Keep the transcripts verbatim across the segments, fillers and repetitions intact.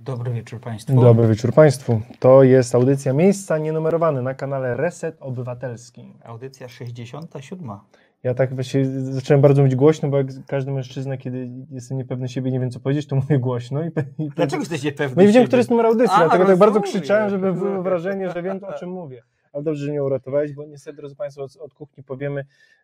Dobry wieczór Państwu. Dobry wieczór Państwu. To jest audycja Miejsca Nienumerowane na kanale Reset Obywatelski. Audycja sześćdziesiąta siódma. Ja tak właśnie zacząłem bardzo mówić głośno, bo jak każdy mężczyzna, kiedy jestem niepewny siebie, nie wiem co powiedzieć, to mówię głośno. I, i Dlaczego jesteś niepewny No i widziałem, siebie? który jest numer audycji, A, dlatego tak bardzo rozumiem. krzyczałem, żeby było wrażenie, że wiem, o czym mówię. Ale dobrze, że mnie uratowałeś, bo niestety, drodzy Państwo, od, od kuchni powiemy,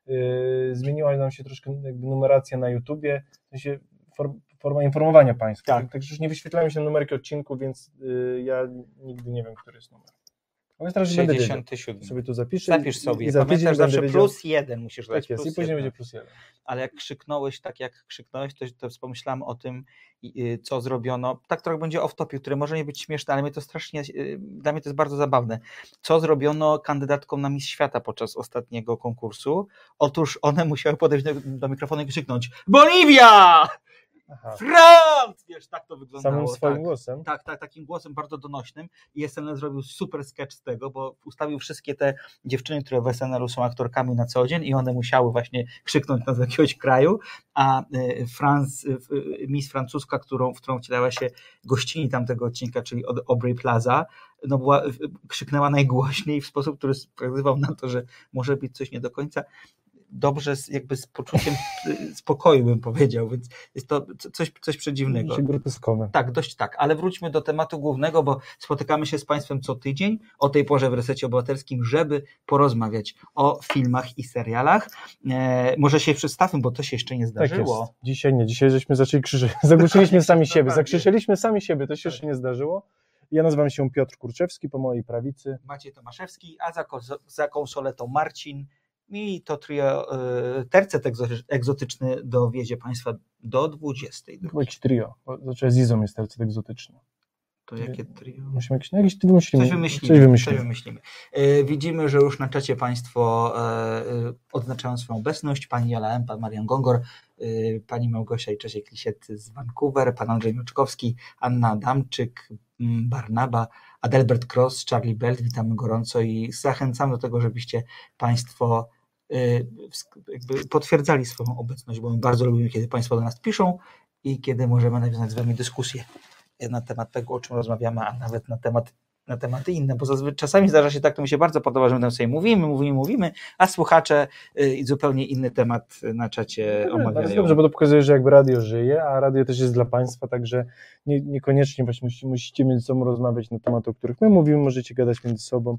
yy, zmieniła nam się troszkę jakby numeracja na YouTubie, w sensie form, forma informowania Państwa. Tak. Także już nie wyświetlają się numerki odcinku, więc yy, ja nigdy nie wiem, który jest numer. Ale teraz będę wiedział. sześćdziesiąty siódmy. Sobie tu zapiszę. Zapisz sobie. I, i za tydzień Pamiętasz, zawsze będę plus jeden musisz dać. Tak jest, plus i później jeden. będzie plus jeden. Ale jak krzyknąłeś tak, jak krzyknąłeś, to, to pomyślałem o tym, co zrobiono. Tak trochę będzie off-topic, które może nie być śmieszne, ale mnie to strasznie, dla mnie to jest bardzo zabawne. Co zrobiono kandydatkom na Miss Świata podczas ostatniego konkursu? Otóż one musiały podejść do, do mikrofonu i krzyknąć: Boliwia! Aha. Franc! Wiesz, tak to wyglądało. Samym swoim tak. głosem? Tak, tak, takim głosem bardzo donośnym i S N L zrobił super sketch z tego, bo ustawił wszystkie te dziewczyny, które w S N L-u są aktorkami na co dzień i one musiały właśnie krzyknąć nazwę jakiegoś kraju, a Franc, Miss Francuska, którą, w którą wcielała się gościni tamtego odcinka, czyli od Aubrey Plaza, no była, krzyknęła najgłośniej w sposób, który wskazywał na to, że może być coś nie do końca dobrze, jakby z poczuciem spokoju bym powiedział, więc jest to coś, coś przedziwnego. Groteskowe. Tak, dość tak, ale wróćmy do tematu głównego, bo spotykamy się z Państwem co tydzień o tej porze w Resecie Obywatelskim, żeby porozmawiać o filmach i serialach. E, może się przedstawmy, bo to się jeszcze nie zdarzyło. Tak jest. Dzisiaj nie, dzisiaj żeśmy zaczęli krzyczeć, zagłuszyliśmy sami siebie, zakrzyczeliśmy sami siebie, to się jeszcze nie zdarzyło. Ja nazywam się Piotr Kurczewski, po mojej prawicy Maciej Tomaszewski, a za, za konsoletą Marcin. I to trio, tercet egzotyczny dowiezie Państwa do dwudziestej. Chyba jakiś trio, znaczy z Izą jest tercet egzotyczny. To jakie trio? Musimy jakieś, no jakieś wymyślimy. Coś wymyślimy. Coś wymyślimy. Coś wymyślimy. E, widzimy, że już na czacie Państwo e, odznaczają swoją obecność. Pani Jola M., pan Marian Gongor, e, pani Małgosia i Czesiek Lisiet z Vancouver, pan Andrzej Mioczkowski, Anna Adamczyk, Barnaba, Adelbert Cross, Charlie Belt. Witamy gorąco i zachęcam do tego, żebyście Państwo jakby potwierdzali swoją obecność, bo my bardzo lubimy, kiedy Państwo do nas piszą i kiedy możemy nawiązać z Wami dyskusję na temat tego, o czym rozmawiamy, a nawet na temat na tematy inne, bo zazwyczaj czasami zdarza się tak, to mi się bardzo podoba, że my tam sobie mówimy, mówimy, mówimy, a słuchacze y, zupełnie inny temat na czacie no, omawiają. Bardzo dobrze, bo to pokazuje, że jakby radio żyje, a radio też jest dla Państwa, także nie, niekoniecznie właśnie musicie, musicie między sobą rozmawiać na tematy, o których my mówimy, możecie gadać między sobą.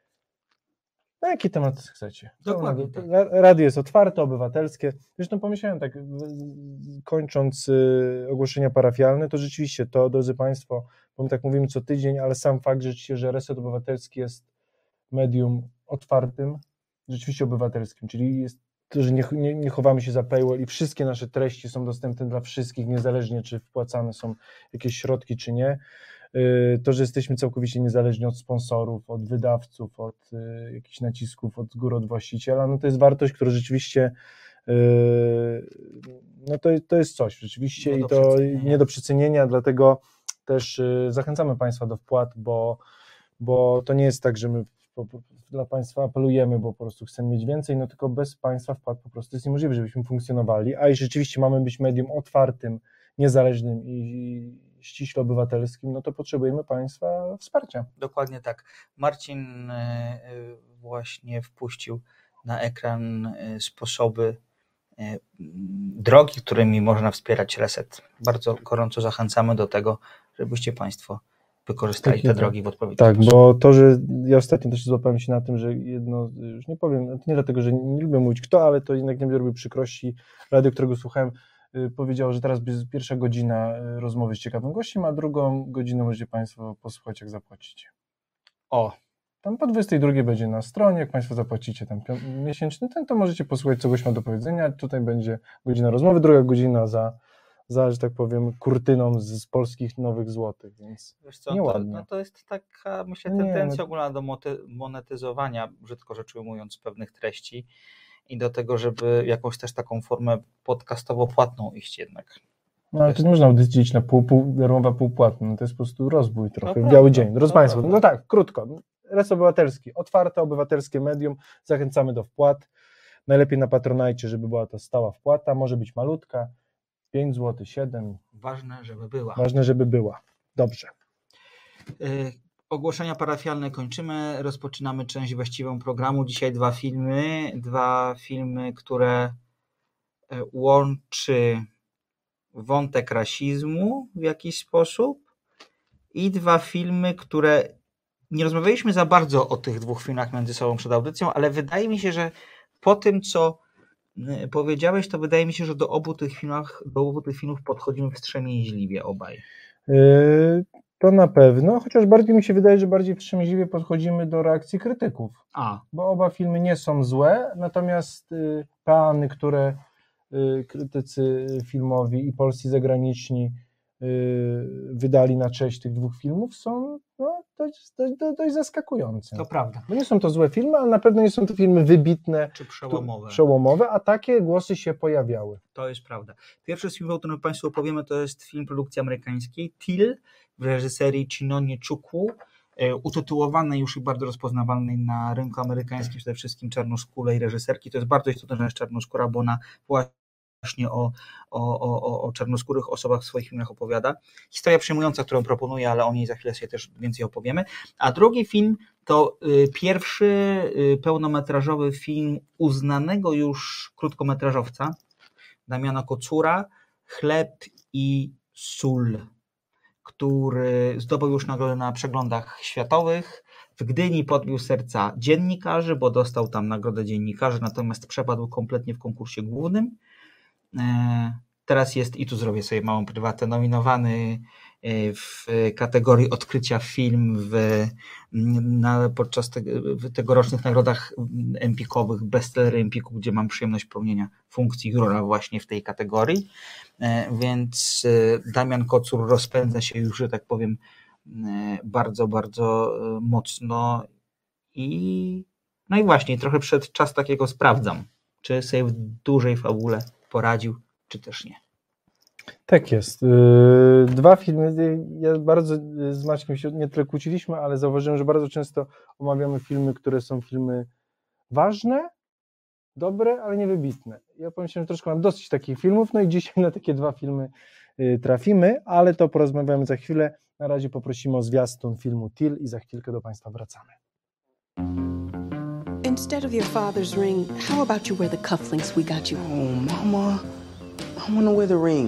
Na jaki temat chcecie? Dokładnie. Tak. Radio jest otwarte, obywatelskie. Zresztą pomyślałem tak, kończąc y, ogłoszenia parafialne, to rzeczywiście to, drodzy Państwo, bo my tak mówimy co tydzień, ale sam fakt rzeczywiście, że Reset Obywatelski jest medium otwartym, rzeczywiście obywatelskim, czyli jest to, że nie, nie, nie chowamy się za paywall i wszystkie nasze treści są dostępne dla wszystkich, niezależnie czy wpłacane są jakieś środki, czy nie. To, że jesteśmy całkowicie niezależni od sponsorów, od wydawców, od y, jakichś nacisków, od góry, od właściciela, no to jest wartość, która rzeczywiście y, no to, to jest coś rzeczywiście nie i to nie do przecenienia, dlatego też y, zachęcamy Państwa do wpłat, bo, bo to nie jest tak, że my po, po, dla Państwa apelujemy, bo po prostu chcemy mieć więcej, no tylko bez Państwa wpłat po prostu jest niemożliwe, żebyśmy funkcjonowali, a i rzeczywiście mamy być medium otwartym, niezależnym i ściśle obywatelskim, no to potrzebujemy Państwa wsparcia. Dokładnie tak. Marcin właśnie wpuścił na ekran sposoby, drogi, którymi można wspierać Reset. Bardzo gorąco zachęcamy do tego, żebyście Państwo wykorzystali te drogi w odpowiedni tak, sposób. Tak, bo to, że ja ostatnio też złapałem się na tym, że jedno, już nie powiem, to nie dlatego, że nie lubię mówić kto, ale to jednak nie mi robi przykrości. Radio, którego słuchałem, powiedział, że teraz jest pierwsza godzina rozmowy z ciekawym gościem, a drugą godzinę możecie Państwo posłuchać, jak zapłacicie. O! Tam po dwudziestej drugiej będzie na stronie, jak Państwo zapłacicie tam miesięczny ten, to możecie posłuchać, co gość ma do powiedzenia. Tutaj będzie godzina rozmowy, druga godzina za, za że tak powiem, kurtyną z, z polskich nowych złotych, więc wiesz co, nieładnie. To, no to jest taka, myślę, Nie, tendencja no... ogólna do monetyzowania, brzydko rzecz ujmując, pewnych treści i do tego, żeby jakąś też taką formę podcastowo-płatną iść jednak. No ale to nie można dzielić na pół, pół, darmowa półpłatna, no to jest po prostu rozbój trochę, no, biały dzień. Drodzy no, Państwo, no, no tak, krótko, Reset Obywatelski, otwarte obywatelskie medium, zachęcamy do wpłat, najlepiej na Patronite, żeby była to stała wpłata, może być malutka, pięć złotych, siedem. Ważne, żeby była. Ważne, żeby była. Dobrze. Y, ogłoszenia parafialne kończymy. Rozpoczynamy część właściwą programu. Dzisiaj dwa filmy. Dwa filmy, które łączy wątek rasizmu w jakiś sposób i dwa filmy, które nie rozmawialiśmy za bardzo o tych dwóch filmach między sobą przed audycją, ale wydaje mi się, że po tym, co powiedziałeś, to wydaje mi się, że do obu tych filmach, do obu tych filmów podchodzimy wstrzemięźliwie obaj. Yy, to na pewno, chociaż bardziej mi się wydaje, że bardziej wstrzemięźliwie podchodzimy do reakcji krytyków. A. Bo oba filmy nie są złe, natomiast yy, plany, które yy, krytycy filmowi i polscy zagraniczni wydali na cześć tych dwóch filmów, są no, dość, dość, dość zaskakujące. To prawda. Bo nie są to złe filmy, ale na pewno nie są to filmy wybitne czy przełomowe. przełomowe, a takie głosy się pojawiały. To jest prawda. Pierwszy z filmów, o którym Państwu opowiemy, to jest film produkcji amerykańskiej Till w reżyserii Chinonye Chukwu, utytułowanej już i bardzo rozpoznawalnej na rynku amerykańskim, przede wszystkim czarnoskórej reżyserki. To jest bardzo istotne, że jest czarnoskóra, bo ona właśnie właśnie o, o, o, o czarnoskórych osobach w swoich filmach opowiada. Historia przejmująca, którą proponuję, ale o niej za chwilę sobie też więcej opowiemy. A drugi film to y, pierwszy y, pełnometrażowy film uznanego już krótkometrażowca Damiana Kocura, Chleb i sól, który zdobył już nagrodę na przeglądach światowych. W Gdyni podbił serca dziennikarzy, bo dostał tam nagrodę dziennikarzy, natomiast przepadł kompletnie w konkursie głównym. Teraz jest, i tu zrobię sobie małą prywatę, nominowany w kategorii odkrycia film w, na, podczas te, w tegorocznych nagrodach Empikowych, bestsellery Empiku, gdzie mam przyjemność pełnienia funkcji jurora właśnie w tej kategorii, więc Damian Kocur rozpędza się już, że tak powiem, bardzo, bardzo mocno i no i właśnie trochę przed czas takiego sprawdzam, czy sobie w dużej fabule poradził, czy też nie. Tak jest. Dwa filmy, ja bardzo z Maćkiem się nie tyle kłóciliśmy, ale zauważyłem, że bardzo często omawiamy filmy, które są filmy ważne, dobre, ale niewybitne. Ja powiem się, że troszkę mam dosyć takich filmów, no i dzisiaj na takie dwa filmy trafimy, ale to porozmawiamy za chwilę. Na razie poprosimy o zwiastun filmu Till i za chwilkę do Państwa wracamy. Instead of your father's ring, how about you wear the cufflinks we got you? Oh, Mama, I want to wear the ring.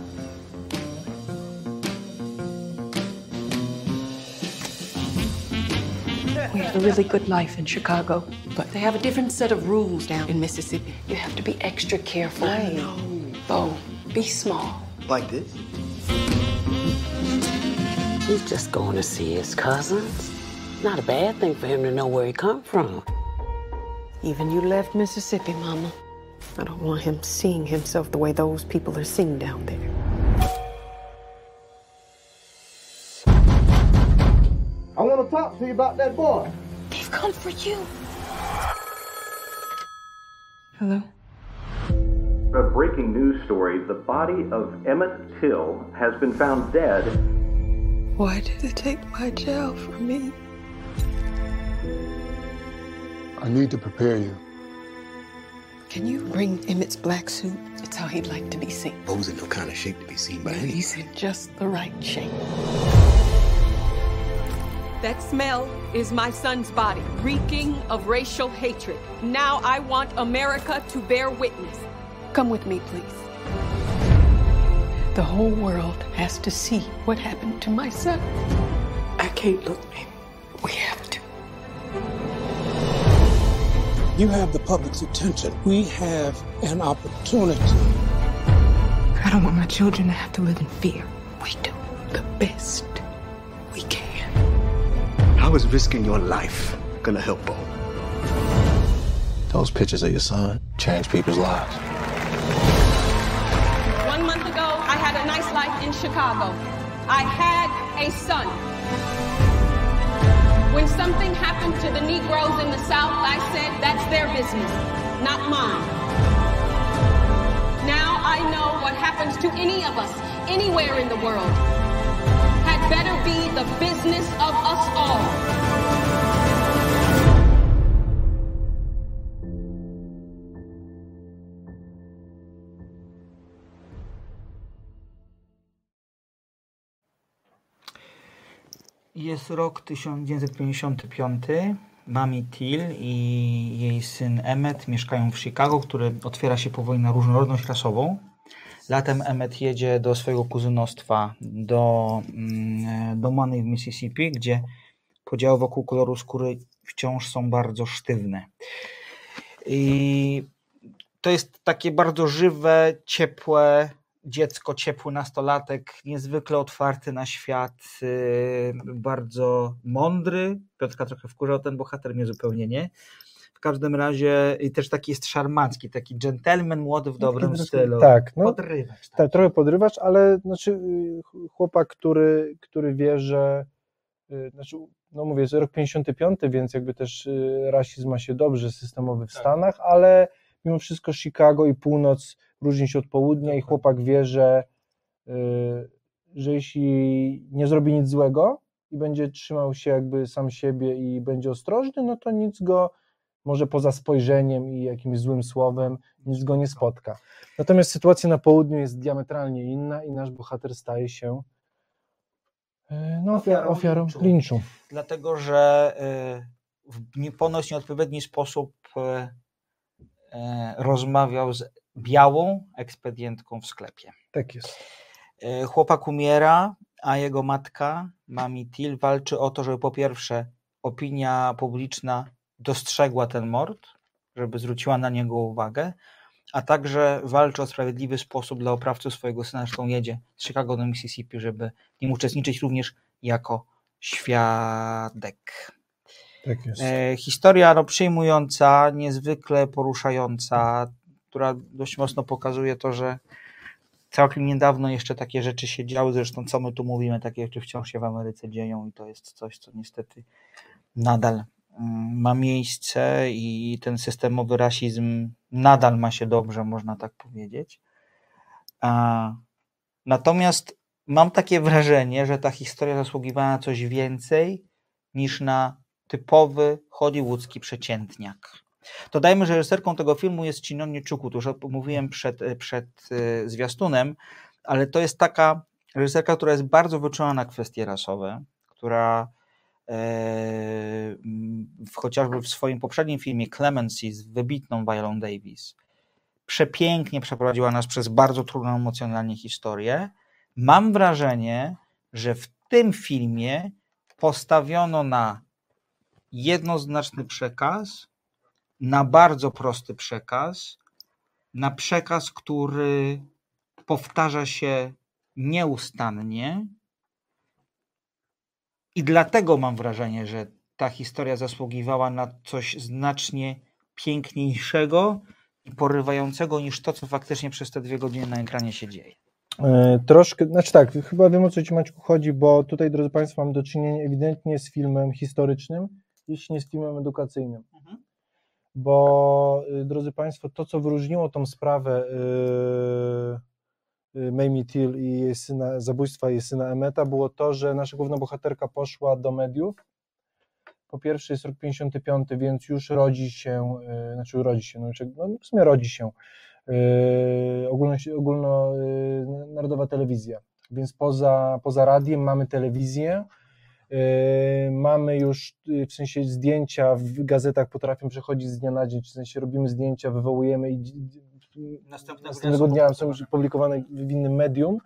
We have a really good life in Chicago, but they have a different set of rules down in Mississippi. You have to be extra careful. I know. Bo, be small. Like this? He's just going to see his cousins. Not a bad thing for him to know where he come from. Even you left Mississippi, Mama. I don't want him seeing himself the way those people are seen down there. I want to talk to you about that boy. They've come for you. Hello? A breaking news story. The body of Emmett Till has been found dead. Why did they take my child from me? I need to prepare you. Can you bring Emmett's black suit? It's how he'd like to be seen. Bo's in no kind of shape to be seen by anyone. He's in just the right shape. That smell is my son's body, reeking of racial hatred. Now I want America to bear witness. Come with me, please. The whole world has to see what happened to my son. I can't look, baby. We have to. You have the public's attention. We have an opportunity. I don't want my children to have to live in fear. We do the best we can. How is risking your life gonna help Bo? Those pictures of your son change people's lives. One month ago, I had a nice life in Chicago. I had a son. When something happened to the Negroes in the South, I said, that's their business, not mine. Now I know what happens to any of us, anywhere in the world, had better be the business of us all. Jest rok tysiąc dziewięćset pięćdziesiąty piąty. Mami Till i jej syn Emmet mieszkają w Chicago, który otwiera się powoli na różnorodność rasową. Latem Emmet jedzie do swojego kuzynostwa do, do Money w Mississippi, gdzie podziały wokół koloru skóry wciąż są bardzo sztywne. I to jest takie bardzo żywe, ciepłe dziecko, ciepły nastolatek, niezwykle otwarty na świat, bardzo mądry. Piotrka trochę wkurzał ten bohater, mnie zupełnie nie. W każdym razie i też taki jest szarmancki, taki dżentelmen młody w dobrym taki stylu. Tak, no, podrywacz. Tak, trochę podrywacz, ale znaczy chłopak, który, który wie, że znaczy, no mówię, jest rok pięćdziesiąty piąty, więc jakby też rasizm ma się dobrze systemowy w tak. Stanach, ale mimo wszystko Chicago i północ różni się od południa i chłopak wie, że, że jeśli nie zrobi nic złego i będzie trzymał się jakby sam siebie i będzie ostrożny, no to nic go, może poza spojrzeniem i jakimś złym słowem, nic go nie spotka. Natomiast sytuacja na południu jest diametralnie inna i nasz bohater staje się no, ofiarą, ofiarą linczu. linczu. Dlatego, że w ponoć nieodpowiedni sposób rozmawiał z białą ekspedientką w sklepie. Tak jest. Chłopak umiera, a jego matka, Mami Till, walczy o to, żeby po pierwsze opinia publiczna dostrzegła ten mord, żeby zwróciła na niego uwagę, a także walczy o sprawiedliwy sposób dla oprawców swojego syna, zresztą jedzie z Chicago do Mississippi, żeby w nim uczestniczyć również jako świadek. Tak jest. E, historia no, przejmująca, niezwykle poruszająca, która dość mocno pokazuje to, że całkiem niedawno jeszcze takie rzeczy się działy, zresztą co my tu mówimy, takie rzeczy wciąż się w Ameryce dzieją i to jest coś, co niestety nadal ma miejsce i ten systemowy rasizm nadal ma się dobrze, można tak powiedzieć. A, natomiast mam takie wrażenie, że ta historia zasługiwała na coś więcej niż na typowy hollywoodzki przeciętniak. Dodajmy, że reżyserką tego filmu jest Chinon Nie-Chuku, to już mówiłem przed, przed zwiastunem, ale to jest taka reżyserka, która jest bardzo wyczulona na kwestie rasowe, która w, chociażby w swoim poprzednim filmie Clemency z wybitną Violą Davis przepięknie przeprowadziła nas przez bardzo trudną emocjonalnie historię. Mam wrażenie, że w tym filmie postawiono na jednoznaczny przekaz, na bardzo prosty przekaz, na przekaz, który powtarza się nieustannie. I dlatego mam wrażenie, że ta historia zasługiwała na coś znacznie piękniejszego i porywającego niż to, co faktycznie przez te dwie godziny na ekranie się dzieje. Yy, troszkę, znaczy tak, chyba wiem, o co Ci, Maćku, chodzi, bo tutaj, drodzy Państwo, mamy do czynienia ewidentnie z filmem historycznym, jeśli nie z filmem edukacyjnym. Mhm. Bo, yy, drodzy Państwo, to, co wyróżniło tą sprawę yy, Mamie Till i jej syna, zabójstwa jej syna Emmeta, było to, że nasza główna bohaterka poszła do mediów. Po pierwsze jest rok pięćdziesiąty piąty, więc już rodzi się, yy, znaczy rodzi się, no, no w sumie rodzi się yy, ogólno, ogólnonarodowa yy, telewizja. Więc poza, poza radiem mamy telewizję, yy, mamy już yy, w sensie zdjęcia w gazetach potrafią przechodzić z dnia na dzień, w sensie robimy zdjęcia, wywołujemy i Następnego, następnego dnia są już publikowane w innym medium.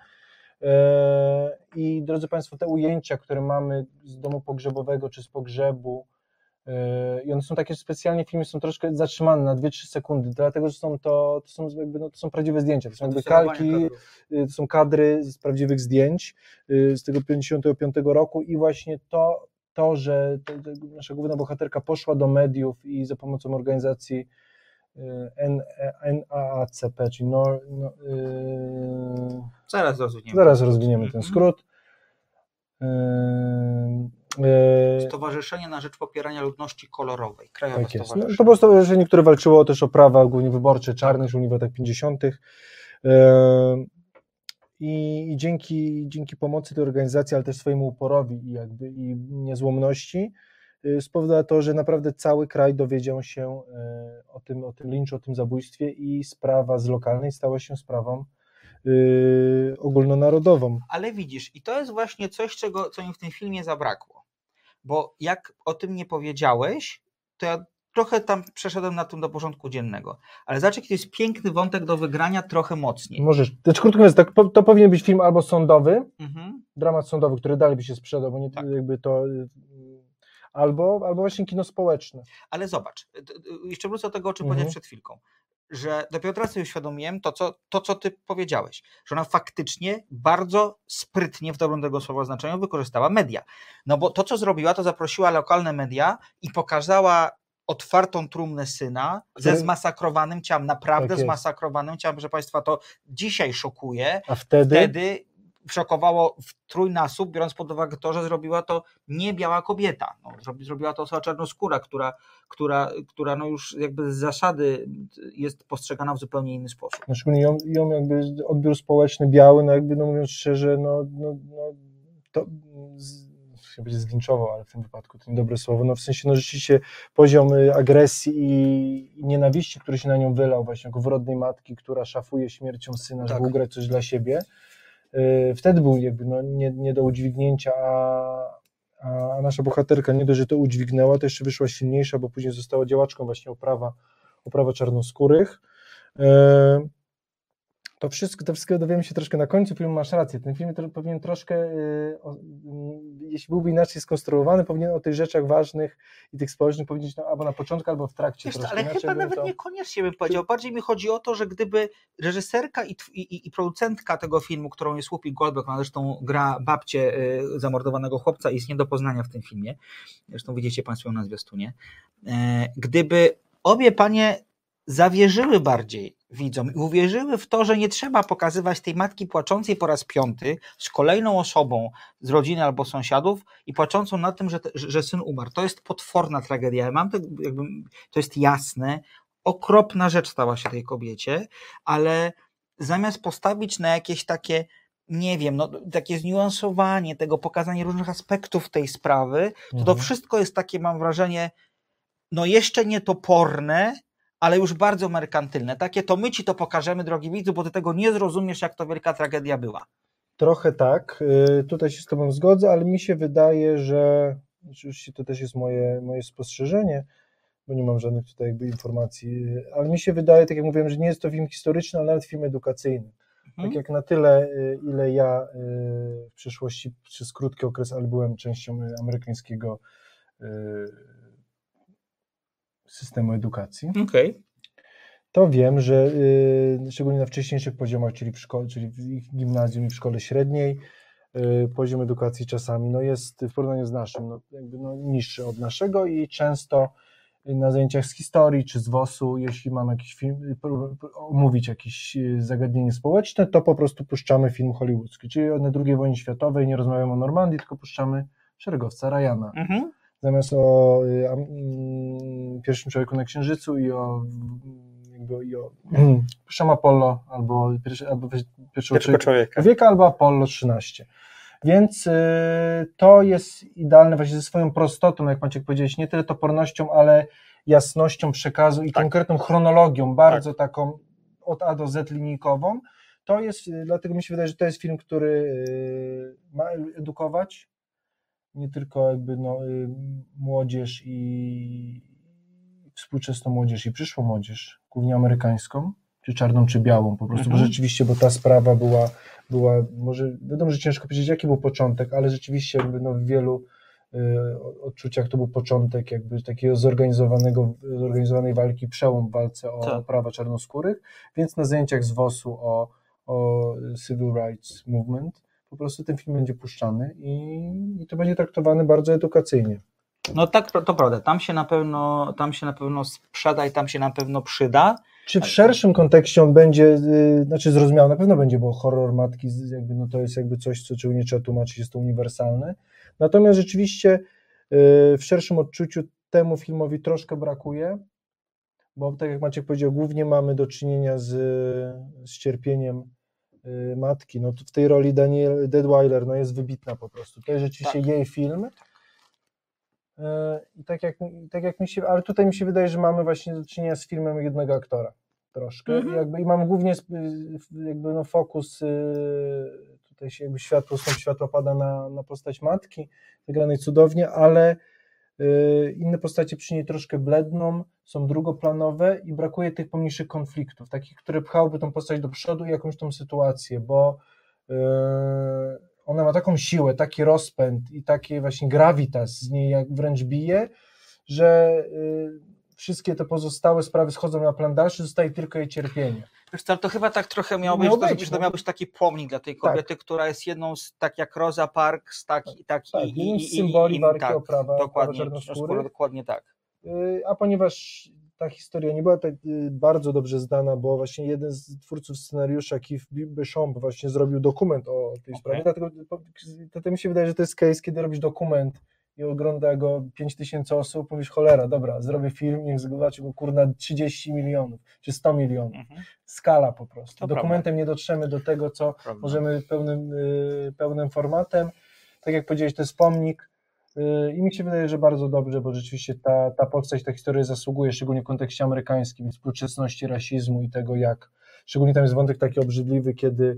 I drodzy Państwo, te ujęcia, które mamy z domu pogrzebowego czy z pogrzebu, i one są takie specjalnie, filmy są troszkę zatrzymane na dwie trzy sekundy, dlatego że są to, to, są jakby, no, to są prawdziwe zdjęcia, to są jakby kalki, to są kadry z prawdziwych zdjęć z tego pięćdziesiątego piątego roku i właśnie to, to że to, to nasza główna bohaterka poszła do mediów i za pomocą organizacji N A A C P, czyli no, no, yy, zaraz rozwiniemy, zaraz rozwiniemy ten skrót. Yy, yy, Stowarzyszenie na rzecz popierania ludności kolorowej, Krajowe tak Stowarzyszenie. No, to było stowarzyszenie, które walczyło też o prawa głównie wyborcze czarnych, już w latach pięćdziesiątych. Yy, I, i dzięki, dzięki pomocy tej organizacji, ale też swojemu uporowi i, jakby, i niezłomności, spowodowała to, że naprawdę cały kraj dowiedział się o tym, o tym linczu, o tym zabójstwie i sprawa z lokalnej stała się sprawą yy, ogólnonarodową. Ale widzisz, i to jest właśnie coś, czego, co mi w tym filmie zabrakło. Bo jak o tym nie powiedziałeś, to ja trochę tam przeszedłem na tym do porządku dziennego. Ale zobacz, jaki to jest piękny wątek do wygrania trochę mocniej. Możesz. Znaczy, krótko mówiąc, tak, to powinien być film albo sądowy, Mhm. dramat sądowy, który dalej by się sprzedał, bo nie Tak. jakby to... Albo, albo właśnie kino społeczne. Ale zobacz, jeszcze wrócę do tego, o czym Mhm. powiedziałeś przed chwilką, że dopiero teraz sobie uświadomiłem to co, to, co ty powiedziałeś, że ona faktycznie bardzo sprytnie, w dobrym tego słowa znaczeniu, wykorzystała media. No bo to, co zrobiła, to zaprosiła lokalne media i pokazała otwartą trumnę syna Który- ze zmasakrowanym ciałem, naprawdę Tak jest. zmasakrowanym ciałem, proszę Państwa, to dzisiaj szokuje, A wtedy... wtedy szokowało w trójnasób, biorąc pod uwagę to, że zrobiła to nie biała kobieta. No, zrobi, zrobiła to osoba czarnoskóra, która, która, która no już jakby z zasady jest postrzegana w zupełnie inny sposób. No, szczególnie ją, ją jakby odbiór społeczny biały, no jakby, no mówiąc szczerze, no, no, no to z, się będzie zlinczował, ale w tym wypadku to niedobre słowo, no w sensie, no rzeczywiście poziom y, agresji i, i nienawiści, który się na nią wylał właśnie jako wrodnej matki, która szafuje śmiercią syna, Tak. żeby ugrać coś dla siebie, y, wtedy był jakby no, nie, nie do udźwignięcia, a, a nasza bohaterka nie dość, że to udźwignęła, to jeszcze wyszła silniejsza, bo później została działaczką właśnie o prawa, o prawa czarnoskórych. Y, To wszystko, to wszystko dowiemy się troszkę na końcu filmu, masz rację, ten film to, powinien troszkę, yy, o, yy, jeśli byłby inaczej skonstruowany, powinien o tych rzeczach ważnych i tych społecznych powiedzieć no, albo na początku, albo w trakcie. Wiesz co, troszkę, ale inaczej chyba bym nawet to... niekoniecznie bym powiedział. Bardziej mi chodzi o to, że gdyby reżyserka i, i, i producentka tego filmu, którą jest Whoopi Goldberg, ona zresztą gra babcię y, zamordowanego chłopca i jest nie do poznania w tym filmie, zresztą widzicie Państwo ją na zwiastunie, y, gdyby obie panie zawierzyły bardziej widzom i uwierzyły w to, że nie trzeba pokazywać tej matki płaczącej po raz piąty z kolejną osobą z rodziny albo sąsiadów i płaczącą nad tym, że, te, że syn umarł. To jest potworna tragedia. Ja mam to, jakby, to jest jasne. Okropna rzecz stała się tej kobiecie, ale zamiast postawić na jakieś takie, nie wiem, no, takie zniuansowanie tego, pokazanie różnych aspektów tej sprawy, to Mhm. to wszystko jest takie, mam wrażenie, no jeszcze nie toporne, ale już bardzo merkantylne. Takie to my ci to pokażemy, drogi widzu, bo ty tego nie zrozumiesz, jak to wielka tragedia była. Trochę tak, yy, tutaj się z Tobą zgodzę, ale mi się wydaje, że oczywiście to też jest moje, moje spostrzeżenie, bo nie mam żadnych tutaj jakby informacji, yy, ale mi się wydaje, tak jak mówiłem, że nie jest to film historyczny, ale nawet film edukacyjny. Mhm. Tak jak na tyle, yy, ile ja yy, w przeszłości przez krótki okres, ale byłem częścią yy, amerykańskiego yy, systemu edukacji, Okej. Okay. to wiem, że yy, szczególnie na wcześniejszych poziomach, czyli w szkole, czyli w gimnazjum i w szkole średniej, yy, poziom edukacji czasami no jest w porównaniu z naszym no, jakby no, niższy od naszego i często na zajęciach z historii czy z W O S-u, jeśli mam jakiś film, omówić jakieś zagadnienie społeczne, to po prostu puszczamy film hollywoodzki, czyli o drugiej wojnie światowej, nie rozmawiamy o Normandii, tylko puszczamy Szeregowca Ryana. Mhm. Zamiast o y, y, pierwszym człowieku na Księżycu i o, jakby, i o puszczam Apollo albo, pierwszy, albo pierwszego człowieka. człowieka, człowieka albo Apollo trzynaście. Więc y, to jest idealne właśnie ze swoją prostotą, jak Maciek powiedziałeś, nie tyle topornością, ale jasnością przekazu i tak. konkretną chronologią, bardzo tak. taką od A do Z linijkową. To jest, dlatego mi się wydaje, że to jest film, który y, ma edukować, nie tylko jakby no, y, młodzież i współczesną młodzież i przyszłą młodzież, głównie amerykańską, czy czarną, czy białą po prostu, mhm. bo rzeczywiście, bo ta sprawa była, była, może wiadomo, że ciężko powiedzieć, jaki był początek, ale rzeczywiście jakby no, w wielu y, odczuciach to był początek jakby takiego zorganizowanego, zorganizowanej walki, przełom w walce o Co? prawa czarnoskórych, więc na zajęciach z W O S-u o, o Civil Rights Movement po prostu ten film będzie puszczany i, i to będzie traktowane bardzo edukacyjnie. No tak, to prawda, tam się na pewno, tam się na pewno sprzeda i tam się na pewno przyda. Czy w szerszym kontekście on będzie, yy, znaczy zrozumiały, na pewno będzie, bo horror matki jakby, no to jest jakby coś, co, czego nie trzeba tłumaczyć, jest to uniwersalne. Natomiast rzeczywiście yy, w szerszym odczuciu temu filmowi troszkę brakuje, bo tak jak Maciek powiedział, głównie mamy do czynienia z, z cierpieniem yy, matki. No to w tej roli Danielle Deadwyler no jest wybitna po prostu. To jest rzeczywiście tak. jej film. I tak jak, tak jak mi się, ale tutaj mi się wydaje, że mamy właśnie do czynienia z filmem jednego aktora. troszkę. Mhm. I, jakby, I mam głównie jakby no fokus, tutaj się jakby światło, stąd światło pada na, na postać matki, wygranej cudownie, ale inne postacie przy niej troszkę bledną, są drugoplanowe i brakuje tych pomniejszych konfliktów, takich, które pchałyby tą postać do przodu i jakąś tą sytuację, bo yy, ona ma taką siłę, taki rozpęd i taki właśnie gravitas z niej jak wręcz bije, że yy, wszystkie te pozostałe sprawy schodzą na plan dalszy, zostaje tylko jej cierpienie. Wiesz co, to chyba tak trochę miało być, Miało to, być, że to no. miał być taki pomnik dla tej kobiety, tak. która jest jedną z, tak jak Rosa Parks, tak, tak, tak i, jednym i, z symboli i, walki tak, o prawa, dokładnie, prawa czarnoskórych. Dokładnie tak. A ponieważ ta historia nie była tak bardzo dobrze znana, bo właśnie jeden z twórców scenariusza, Keith Bishop, właśnie zrobił dokument o tej okay. sprawie, dlatego, dlatego mi się wydaje, że to jest case, kiedy robisz dokument i ogląda go pięć tysięcy osób, mówisz, cholera, dobra, zrobię film, niech zobaczy go, kurna, trzydzieści milionów, czy sto milionów. Mhm. Skala po prostu. To Dokumentem prawda. Nie dotrzemy do tego, co prawda. Możemy pełnym, yy, pełnym formatem. Tak jak powiedziałeś, to jest pomnik yy, i mi się wydaje, że bardzo dobrze, bo rzeczywiście ta, ta postać, ta historia zasługuje, szczególnie w kontekście amerykańskim, współczesności rasizmu i tego, jak, szczególnie tam jest wątek taki obrzydliwy, kiedy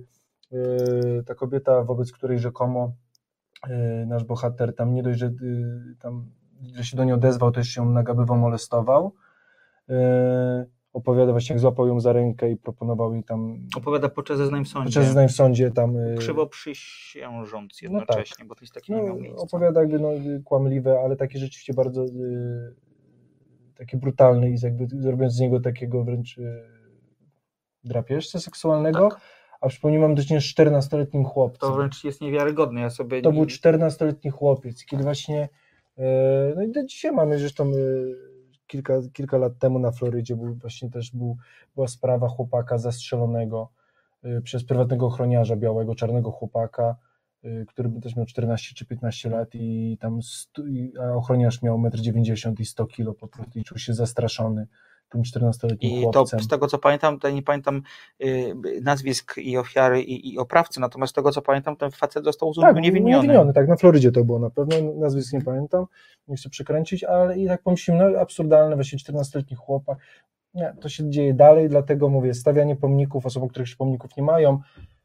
yy, ta kobieta, wobec której rzekomo nasz bohater tam nie dość, że, tam, że się do niej odezwał, to jeszcze ją nagabywał, molestował. Yy, opowiada właśnie, jak złapał ją za rękę i proponował jej tam... Opowiada podczas zeznań w sądzie. Podczas zeznań w sądzie tam... Yy, krzywo przysiężąc jednocześnie, no tak. bo to jest takie no, nie miał miejsca. Opowiada jakby no, kłamliwe, ale takie rzeczywiście bardzo yy, takie brutalne i jakby zrobiąc z niego takiego wręcz yy, drapieżcę seksualnego. Tak. A przypomnij, mam do czynienia z czternastoletnim chłopcem. To wręcz jest niewiarygodne. Ja sobie to nie... był czternastoletni chłopiec, kiedy właśnie, no i do dzisiaj mamy, zresztą kilka, kilka lat temu na Florydzie był właśnie też był, była sprawa chłopaka zastrzelonego przez prywatnego ochroniarza białego, czarnego chłopaka, który by też miał czternaście czy piętnaście lat i tam, stu, a ochroniarz miał metr dziewięćdziesiąt i sto kilo po prostu i czuł się zastraszony tym czternastoletnim I chłopcem. To z tego co pamiętam, to nie pamiętam y, nazwisk i ofiary i, i oprawcy, natomiast z tego co pamiętam, ten facet został zupełnie tak, niewinniony. niewinniony. Tak, na Florydzie to było na pewno, nazwisk nie pamiętam, nie chcę przekręcić, ale i tak pomyślimy, no absurdalne, właśnie czternastoletni chłopak, nie, to się dzieje dalej, dlatego mówię, stawianie pomników osobom, których już pomników nie mają,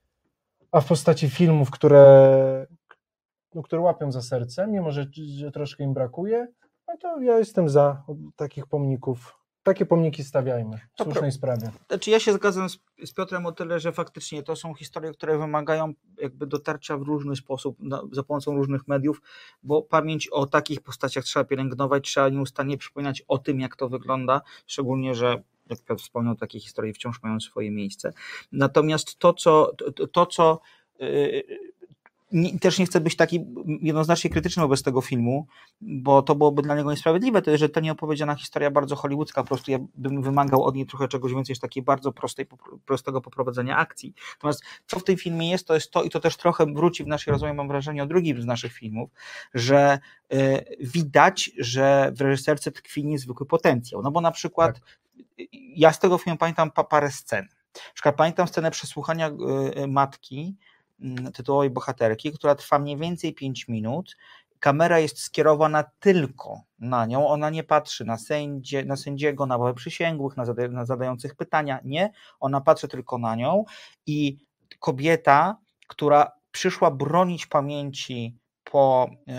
a w postaci filmów, które, no, które łapią za serce, mimo że, że troszkę im brakuje, no to ja jestem za takich pomników. Takie pomniki stawiajmy w słusznej sprawie. Znaczy ja się zgadzam z, z Piotrem o tyle, że faktycznie to są historie, które wymagają jakby dotarcia w różny sposób, na, za pomocą różnych mediów, bo pamięć o takich postaciach trzeba pielęgnować, trzeba nieustannie przypominać o tym, jak to wygląda, szczególnie, że jak Piotr wspomniał, takie historie wciąż mają swoje miejsce. Natomiast to, co, to, to, co yy, Nie, też nie chcę być taki jednoznacznie krytyczny wobec tego filmu, bo to byłoby dla niego niesprawiedliwe. To jest rzetelnie opowiedziana historia, bardzo hollywoodzka, po prostu ja bym wymagał od niej trochę czegoś więcej niż takiej bardzo prostej, prostego poprowadzenia akcji. Natomiast co w tym filmie jest, to jest to, i to też trochę wróci w naszej rozmowie, mam wrażenie, o drugim z naszych filmów, że y, widać, że w reżyserce tkwi niezwykły potencjał. No bo na przykład tak. ja z tego filmu pamiętam pa, parę scen. Na przykład pamiętam scenę przesłuchania y, matki tytułowej bohaterki, która trwa mniej więcej pięć minut. Kamera jest skierowana tylko na nią, ona nie patrzy na, sędzie, na sędziego, na ławę przysięgłych, na, zada, na zadających pytania, nie, ona patrzy tylko na nią i kobieta, która przyszła bronić pamięci po e,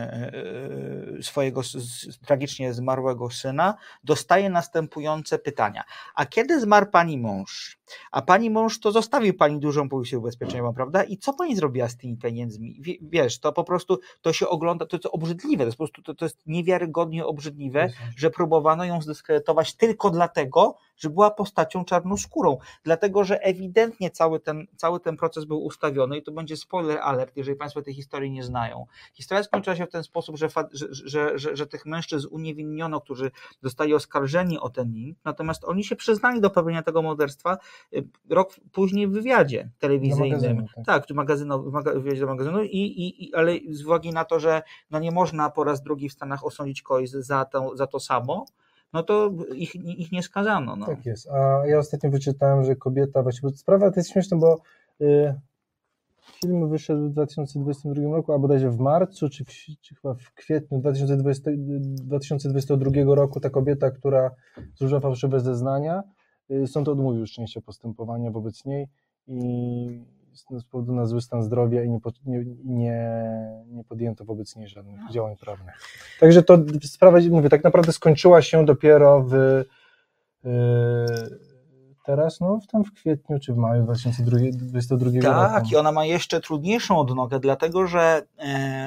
e, swojego z, tragicznie zmarłego syna, dostaje następujące pytania. A kiedy zmarł pani mąż? A pani mąż to zostawił pani dużą polisę ubezpieczeniową, prawda? I co pani zrobiła z tymi pieniędzmi? Wiesz, to po prostu to się ogląda, to jest obrzydliwe, to jest po prostu to, to jest niewiarygodnie obrzydliwe, jest. Że próbowano ją zdyskredytować tylko dlatego, że była postacią czarnoskórą, dlatego, że ewidentnie cały ten, cały ten proces był ustawiony i to będzie spoiler alert, jeżeli państwo tej historii nie znają. Historia skończyła się w ten sposób, że, że, że, że, że tych mężczyzn uniewinniono, którzy zostali oskarżeni o ten int, natomiast oni się przyznali do popełnienia tego morderstwa rok później w wywiadzie telewizyjnym. Magazynu, tak, tak w magazynu, w wywiadzie do magazynu, i, i, i, ale z uwagi na to, że no nie można po raz drugi w Stanach osądzić kogoś za to, za to samo, no to ich, ich nie skazano. No. Tak jest. A ja ostatnio wyczytałem, że kobieta, właśnie, bo sprawa to jest śmieszna, bo y, film wyszedł w dwa tysiące dwudziestym drugim roku, a bodajże w marcu, czy, w, czy chyba w kwietniu dwa tysiące dwudziestego roku ta kobieta, która złożyła fałszywe zeznania, sąd odmówił wszczęcia postępowania wobec niej i z powodu na zły stan zdrowia i nie, nie, nie, nie podjęto wobec niej żadnych no. działań prawnych. Także to sprawa, mówię, tak naprawdę skończyła się dopiero w yy, teraz, no tam w kwietniu czy w maju dwa tysiące dwudziestego drugiego tak, roku. I ona ma jeszcze trudniejszą odnogę, dlatego że e,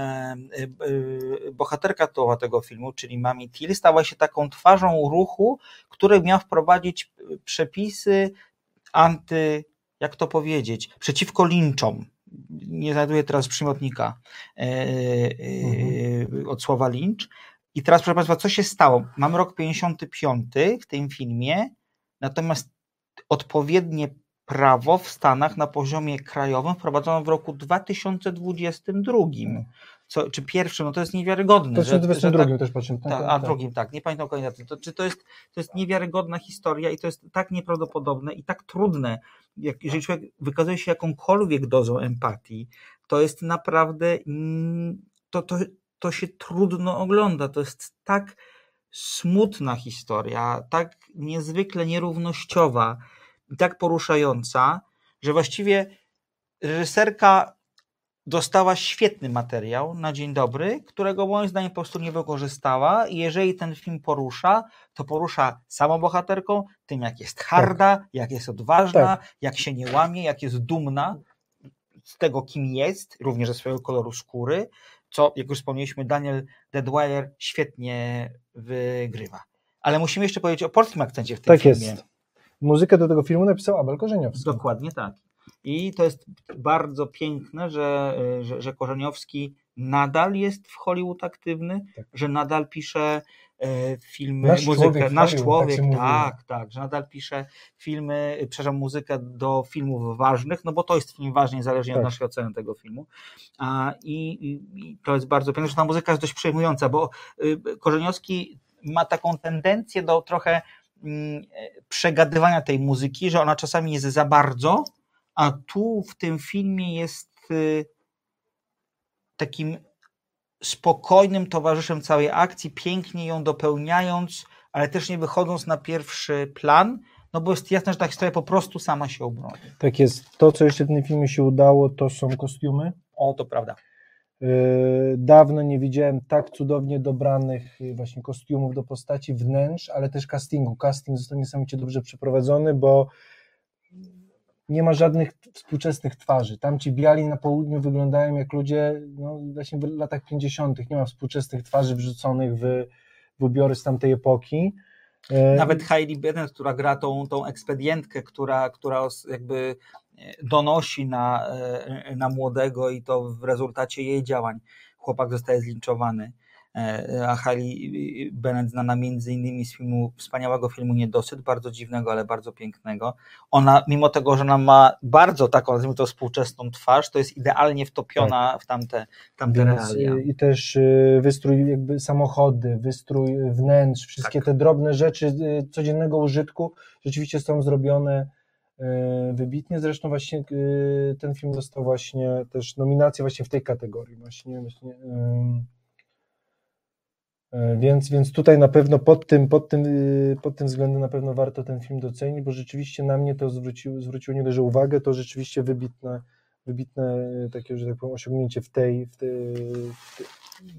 e, bohaterka towa tego filmu, czyli Mami Till, stała się taką twarzą ruchu, który miał wprowadzić przepisy anty, jak to powiedzieć, przeciwko linczom. Nie znajduję teraz przymiotnika e, e, mhm. od słowa lincz. I teraz, proszę Państwa, co się stało? Mamy rok pięćdziesiąty piąty w tym filmie, natomiast odpowiednie prawo w Stanach na poziomie krajowym wprowadzono w roku dwa tysiące dwudziestym drugim. Co, czy pierwszym, no to jest niewiarygodne. To jest dwudziestym drugim tak, też patrzę. Tak, tak, a tak. drugim, tak, nie pamiętam kolejnej. To, czy to jest, to jest niewiarygodna historia i to jest tak nieprawdopodobne i tak trudne, jak, jeżeli człowiek wykazuje się jakąkolwiek dozą empatii, to jest naprawdę, to, to, to się trudno ogląda. To jest tak smutna historia, tak niezwykle nierównościowa i tak poruszająca, że właściwie reżyserka dostała świetny materiał na dzień dobry, którego moim zdaniem po prostu nie wykorzystała i jeżeli ten film porusza, to porusza samą bohaterką, tym jak jest harda, tak. jak jest odważna, tak. jak się nie łamie, jak jest dumna z tego, kim jest, również ze swojego koloru skóry, co, jak już wspomnieliśmy, Daniel Deadwyler świetnie wygrywa. Ale musimy jeszcze powiedzieć o polskim akcencie w tym tak filmie. Jest. Muzykę do tego filmu napisał Abel Korzeniowski. Dokładnie tak. I to jest bardzo piękne, że, że, że Korzeniowski nadal jest w Hollywood aktywny, tak. że nadal pisze e, filmy, nasz muzykę, człowiek, nasz Hollywood, człowiek, tak, tak, tak, że nadal pisze filmy, przepraszam, muzykę do filmów ważnych, no bo to jest film ważny, niezależnie tak. od naszej oceny tego filmu. A, i, i to jest bardzo piękne, że ta muzyka jest dość przejmująca, bo y, Korzeniowski ma taką tendencję do trochę y, przegadywania tej muzyki, że ona czasami jest za bardzo, a tu w tym filmie jest y, takim spokojnym towarzyszem całej akcji, pięknie ją dopełniając, ale też nie wychodząc na pierwszy plan, no bo jest jasne, że ta historia po prostu sama się obroni. Tak jest. To, co jeszcze w tym filmie się udało, to są kostiumy. O, to prawda. Yy, dawno nie widziałem tak cudownie dobranych właśnie kostiumów do postaci, wnętrz, ale też castingu. Casting został niesamowicie dobrze przeprowadzony, bo nie ma żadnych współczesnych twarzy. Tamci biali na południu wyglądają jak ludzie no, właśnie w latach pięćdziesiątych. Nie ma współczesnych twarzy wrzuconych w, w ubiory z tamtej epoki. Nawet Hailey Bennett, która gra tą, tą ekspedientkę, która, która jakby donosi na, na młodego i to w rezultacie jej działań chłopak zostaje zlinczowany. A Hailey Bennett znana między innymi z filmu, wspaniałego filmu Niedosyt, bardzo dziwnego, ale bardzo pięknego. Ona, mimo tego, że ona ma bardzo taką, nazwijmy to, współczesną twarz, to jest idealnie wtopiona tak. w tamte, tamte realia. I też wystrój jakby samochody, wystrój wnętrz, wszystkie tak. te drobne rzeczy codziennego użytku rzeczywiście są zrobione wybitnie. Zresztą właśnie ten film dostał właśnie też nominację właśnie w tej kategorii. Właśnie, właśnie Więc, więc tutaj na pewno pod tym, pod, tym, pod tym względem na pewno warto ten film docenić, bo rzeczywiście na mnie to zwróciło, zwróciło nie dość uwagę, to rzeczywiście wybitne, wybitne takie, że tak powiem, osiągnięcie w tej, w tej, w tej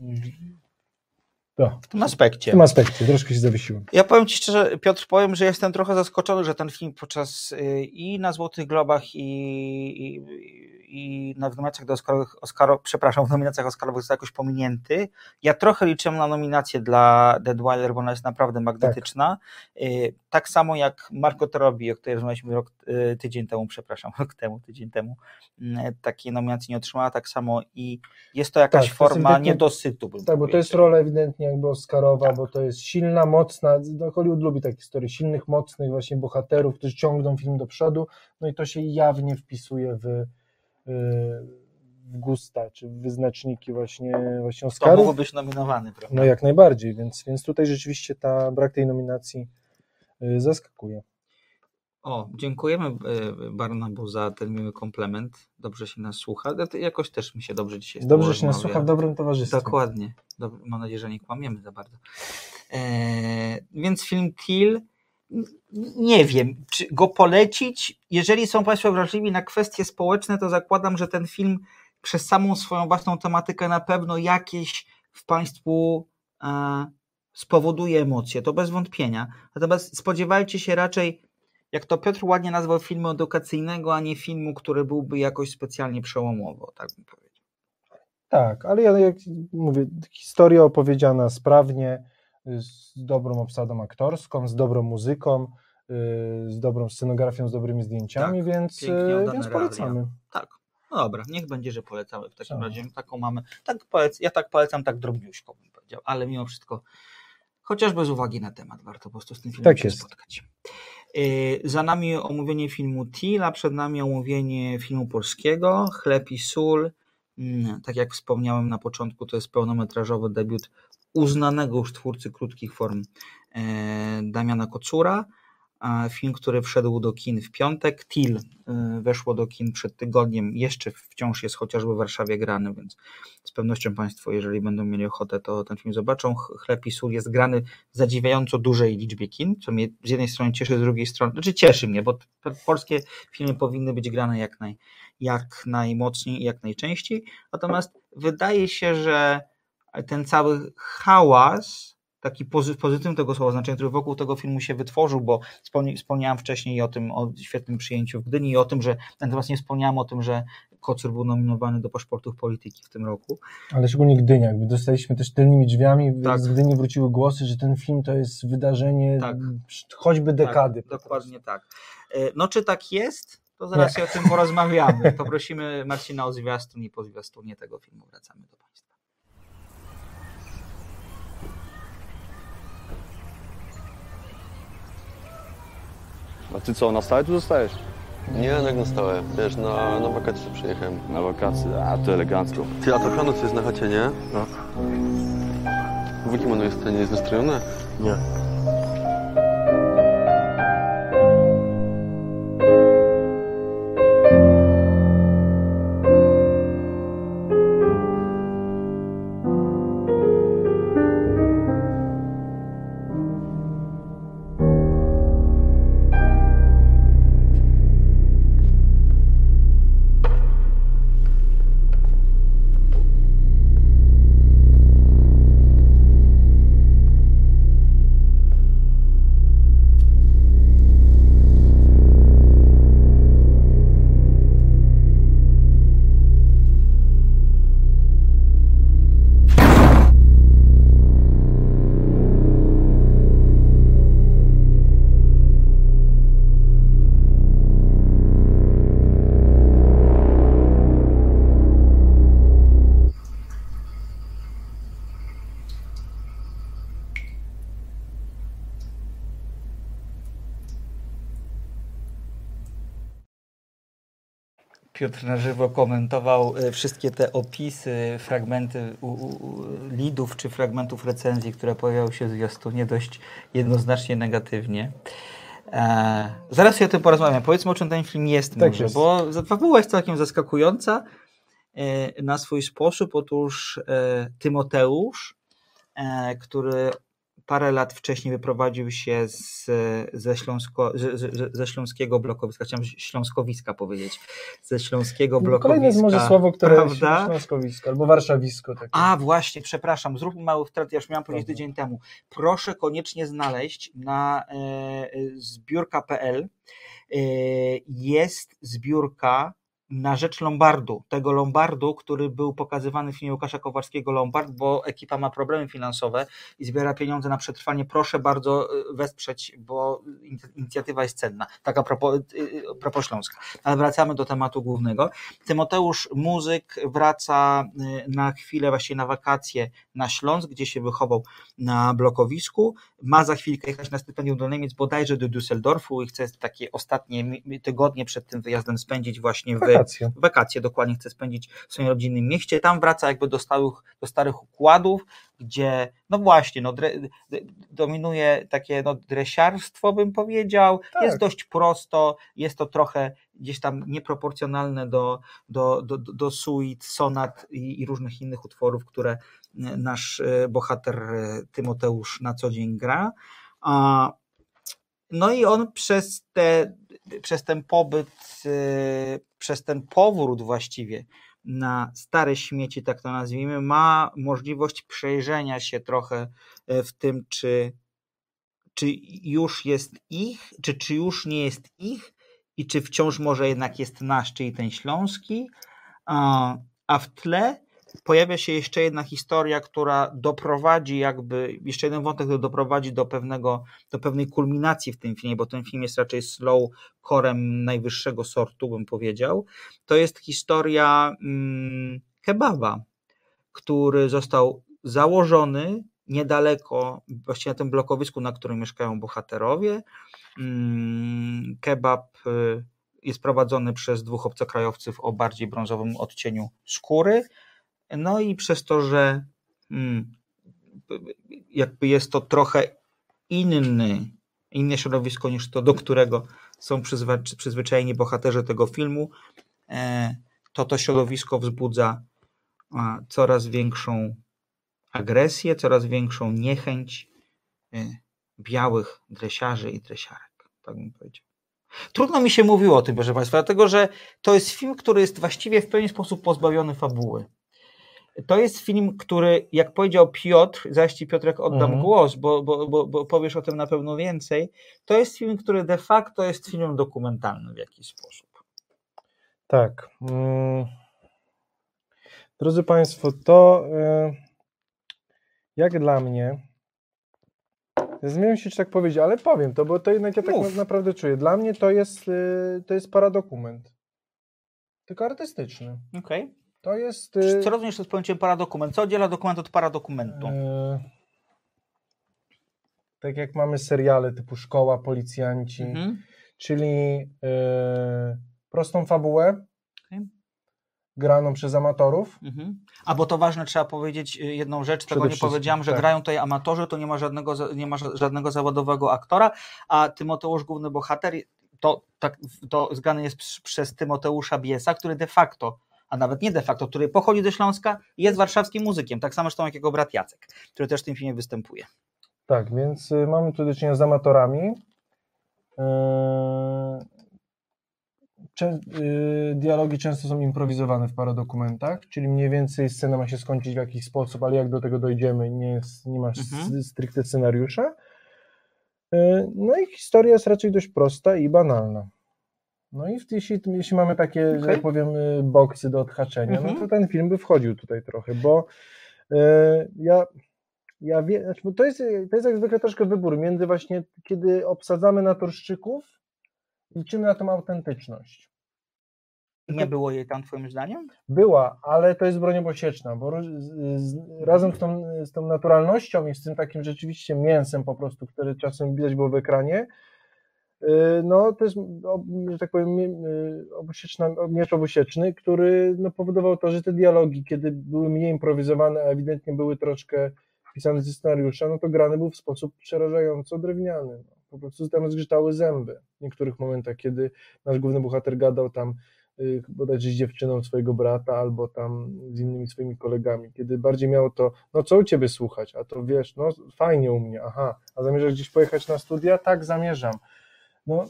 no, w tym aspekcie. W tym aspekcie, troszkę się zawiesiłem. Ja powiem Ci szczerze, Piotr, powiem, że jestem trochę zaskoczony, że ten film podczas i na Złotych Globach i, i, i na nominacjach do Oscarów, Oscar, przepraszam, w nominacjach Oscarowych jest jakoś pominięty. Ja trochę liczyłem na nominację dla Deadwyler, bo ona jest naprawdę magnetyczna. Tak, tak samo jak Margot Robbie, o której rozmawialiśmy rok, tydzień temu, przepraszam, rok temu, tydzień temu, takiej nominacji nie otrzymała, tak samo i jest to jakaś tak, forma ewidentnie, niedosytu. Bym tak, bo to jest rola ewidentnie jakby Oscarowa, tak. bo to jest silna, mocna, no Hollywood lubi takie historie, silnych, mocnych właśnie bohaterów, którzy ciągną film do przodu, no i to się jawnie wpisuje w w gusta, czy w wyznaczniki właśnie, właśnie Oscarów. To mógł być nominowany, prawda? No jak najbardziej, więc, więc tutaj rzeczywiście ta brak tej nominacji zaskakuje. O, dziękujemy Barnabu za ten miły komplement. Dobrze się nas słucha. Jakoś też mi się dobrze dzisiaj Dobrze się nas słucha w dobrym towarzystwie. Dokładnie. Dob- mam nadzieję, że nie kłamiemy za bardzo. Eee, więc film Till nie wiem, czy go polecić. Jeżeli są Państwo wrażliwi na kwestie społeczne, to zakładam, że ten film przez samą swoją własną tematykę na pewno jakieś w Państwu e, spowoduje emocje, to bez wątpienia. Natomiast spodziewajcie się raczej, jak to Piotr ładnie nazwał, filmu edukacyjnego, a nie filmu, który byłby jakoś specjalnie przełomowo, tak bym powiedział. Tak, ale ja jak mówię, historia opowiedziana sprawnie, z dobrą obsadą aktorską, z dobrą muzyką, z dobrą scenografią, z dobrymi zdjęciami, tak, więc, więc polecamy. Realia. Tak, no dobra, niech będzie, że polecamy w takim tak. razie. Taką mamy, tak polec, ja tak polecam, tak drobniuśko bym powiedział, ale mimo wszystko, chociażby z uwagi na temat, warto po prostu z tym filmem tak się jest. spotkać. Za nami omówienie filmu Till, a przed nami omówienie filmu polskiego Chleb i sól. Tak jak wspomniałem na początku, to jest pełnometrażowy debiut uznanego już twórcy krótkich form Damiana Kocura. Film, który wszedł do kin w piątek. Till weszło do kin przed tygodniem, jeszcze wciąż jest chociażby w Warszawie grany, więc z pewnością Państwo, jeżeli będą mieli ochotę, to ten film zobaczą. Chleb i sól jest grany w zadziwiająco dużej liczbie kin, co mnie z jednej strony cieszy, z drugiej strony, znaczy cieszy mnie, bo polskie filmy powinny być grane jak, naj, jak najmocniej i jak najczęściej, natomiast wydaje się, że ten cały hałas, taki pozytywny tego słowa znaczenia, który wokół tego filmu się wytworzył, bo wspomniałem wcześniej o tym, o świetnym przyjęciu w Gdyni i o tym, że, natomiast nie wspomniałem o tym, że Kocur był nominowany do Paszportów Polityki w tym roku. Ale szczególnie Gdynia, jakby dostaliśmy też tylnymi drzwiami, tak. Z Gdyni wróciły głosy, że ten film to jest wydarzenie tak. choćby dekady. Tak, dokładnie tak. No czy tak jest? To zaraz nie. o tym porozmawiamy. Poprosimy Marcina o zwiastun i po zwiastunie tego filmu wracamy do Państwa. A ty co, na stałe tu zostajesz? Nie, jak na stałe. Wiesz, na, na wakacje przyjechałem. Na wakacje? A, to elegancko. Ty, a to Hanus jest na chacie, nie? No. W jakim ono jest, nie jest wystrojone? Nie. Piotr na żywo komentował wszystkie te opisy, fragmenty u, u, lidów czy fragmentów recenzji, które pojawiały się w zwiastunie dość jednoznacznie negatywnie. E, zaraz się o tym porozmawiam. Powiedzmy, o czym ten film jest tak może, jest. Bo fabuła jest całkiem zaskakująca e, na swój sposób. Otóż e, Tymoteusz, e, który parę lat wcześniej wyprowadził się z, ze, Śląsko, z, z, ze śląskiego blokowiska, chciałem śląskowiska powiedzieć, ze śląskiego blokowiska. Kolejne jest może słowo, które prawda? Jest śląskowisko albo warszawisko. Takie. A właśnie, przepraszam, zróbmy mały wtrat, ja już miałem powiedzieć tydzień temu. Proszę koniecznie znaleźć na e, zbiórka kropka p l e, jest zbiórka na rzecz Lombardu, tego Lombardu, który był pokazywany w filmie Łukasza Kowalskiego Lombard, bo ekipa ma problemy finansowe i zbiera pieniądze na przetrwanie. Proszę bardzo wesprzeć, bo inicjatywa jest cenna. Tak a propos, a propos Śląska. Ale wracamy do tematu głównego. Tymoteusz, muzyk, wraca na chwilę, właściwie na wakacje na Śląsk, gdzie się wychował na blokowisku. Ma za chwilkę jechać na stypendium do Niemiec, bodajże do Düsseldorfu i chce takie ostatnie tygodnie przed tym wyjazdem spędzić właśnie w wakacje, wakacje dokładnie chce spędzić w swoim rodzinnym mieście. Tam wraca jakby do, stałych, do starych układów, gdzie no właśnie, no, dre, dominuje takie no, dresiarstwo, bym powiedział. Tak. Jest dość prosto, jest to trochę gdzieś tam nieproporcjonalne do, do, do, do suit, sonat i, i różnych innych utworów, które nasz bohater Tymoteusz na co dzień gra. A No i on przez, te, przez ten pobyt, przez ten powrót właściwie na stare śmieci, tak to nazwijmy, ma możliwość przejrzenia się trochę w tym, czy, czy już jest ich, czy, czy już nie jest ich i czy wciąż może jednak jest nasz, czyli ten śląski, a, a w tle pojawia się jeszcze jedna historia, która doprowadzi jakby, jeszcze jeden wątek, który doprowadzi do pewnego, do pewnej kulminacji w tym filmie, bo ten film jest raczej slow corem najwyższego sortu, bym powiedział. To jest historia hmm, kebaba, który został założony niedaleko, właściwie na tym blokowisku, na którym mieszkają bohaterowie. Hmm, kebab jest prowadzony przez dwóch obcokrajowców o bardziej brązowym odcieniu skóry. No i przez to, że hmm, jakby jest to trochę inny, inne środowisko niż to, do którego są przyzwy- przyzwyczajeni bohaterzy tego filmu, e, to to środowisko wzbudza a, coraz większą agresję, coraz większą niechęć e, białych dresiarzy i dresiarek, tak bym powiedział. Trudno mi się mówiło o tym, proszę Państwa, dlatego że to jest film, który jest właściwie w pewien sposób pozbawiony fabuły. To jest film, który, jak powiedział Piotr, zaś Ci Piotrek oddam mhm. głos, bo, bo, bo, bo powiesz o tym na pewno więcej, to jest film, który de facto jest filmem dokumentalnym w jakiś sposób. Tak. Hmm. Drodzy Państwo, to yy, jak dla mnie, zmieniam się, czy tak powiedzieć, ale powiem to, bo to jednak ja tak Mów. naprawdę czuję. Dla mnie to jest, yy, to jest paradokument, tylko artystyczny. Okej. Okay. To jest... Co rozumiesz z pojęciem paradokument? Co oddziela dokument od paradokumentu? Yy, tak jak mamy seriale typu Szkoła, Policjanci, mhm. czyli yy, prostą fabułę, okay. graną przez amatorów. Mhm. A bo to ważne, trzeba powiedzieć jedną rzecz, tego nie powiedziałem, że tak. grają tutaj amatorzy, to nie ma żadnego, nie ma żadnego zawodowego aktora, a Tymoteusz, główny bohater, to, tak, to zgrany jest przez Tymoteusza Biesa, który de facto a nawet nie de facto, który pochodzi ze Śląska i jest warszawskim muzykiem, tak samo zresztą jak jego brat Jacek, który też w tym filmie występuje. Tak, więc y, mamy tu do czynienia z amatorami. Yy, cze- yy, dialogi często są improwizowane w paradokumentach, czyli mniej więcej scena ma się skończyć w jakiś sposób, ale jak do tego dojdziemy, nie, jest, nie ma mhm. stricte scenariusza. Yy, no i historia jest raczej dość prosta i banalna. No i jeśli, jeśli mamy takie, okay. że tak powiem, boksy do odhaczenia, mm-hmm. no to ten film by wchodził tutaj trochę, bo y, ja, ja wiem, znaczy, to jest, to jest jak zwykle troszkę wybór między właśnie, kiedy obsadzamy naturszczyków, liczymy na tą autentyczność. Nie było jej tam twoim zdaniem? Była, ale to jest broń obosieczna, bo z, z, razem z tą, z tą naturalnością i z tym takim rzeczywiście mięsem po prostu, które czasem widać było w ekranie, no to jest, że tak powiem, obosieczna, miecz obosieczny, który no, powodował to, że te dialogi, kiedy były mniej improwizowane, a ewidentnie były troszkę pisane ze scenariusza, no to grany był w sposób przerażająco drewniany. No. Po prostu tam zgrzytały zęby w niektórych momentach, kiedy nasz główny bohater gadał tam yy, bodajże z dziewczyną swojego brata albo tam z innymi swoimi kolegami, kiedy bardziej miało to, no co u ciebie słuchać, a to wiesz, no fajnie u mnie, aha, a zamierzasz gdzieś pojechać na studia? Tak, zamierzam. No,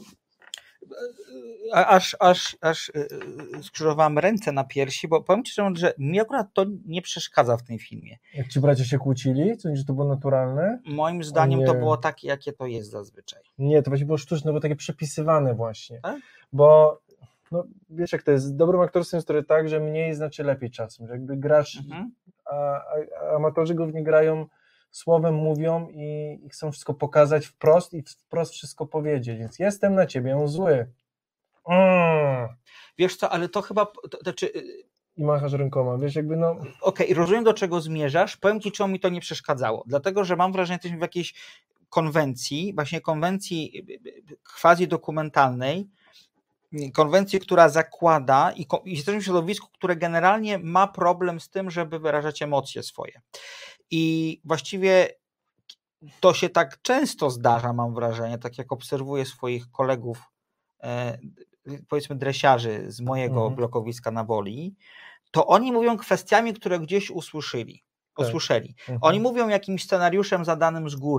aż, aż, aż skrzyżowałem ręce na piersi, bo powiem Ci, że mi akurat to nie przeszkadza w tym filmie. Jak ci bracia się kłócili? Co, że to było naturalne? Moim zdaniem to było takie, jakie to jest zazwyczaj. Nie, to właśnie było sztuczne, było takie przepisywane właśnie. Tak? Bo no, wiesz jak to jest, dobrym aktorstwem jest trochę tak, że mniej znaczy lepiej czasem, że jakby grasz, mhm. a, a amatorzy głównie grają słowem, mówią i, i chcą wszystko pokazać wprost i wprost wszystko powiedzieć, więc jestem na ciebie zły. Mm. Wiesz co, ale to chyba... To, to, czy... I machasz rękoma, wiesz, jakby no... Okej, okay, rozumiem, do czego zmierzasz. Powiem Ci, czemu mi to nie przeszkadzało. Dlatego, że mam wrażenie, że jesteśmy w jakiejś konwencji, właśnie konwencji quasi dokumentalnej, konwencji, która zakłada i, i jesteśmy w środowisku, które generalnie ma problem z tym, żeby wyrażać emocje swoje. I właściwie to się tak często zdarza, mam wrażenie, tak jak obserwuję swoich kolegów, e, powiedzmy dresiarzy z mojego mhm. blokowiska na Woli, to oni mówią kwestiami, które gdzieś usłyszeli. usłyszeli. Mhm. Oni mówią jakimś scenariuszem zadanym z góry.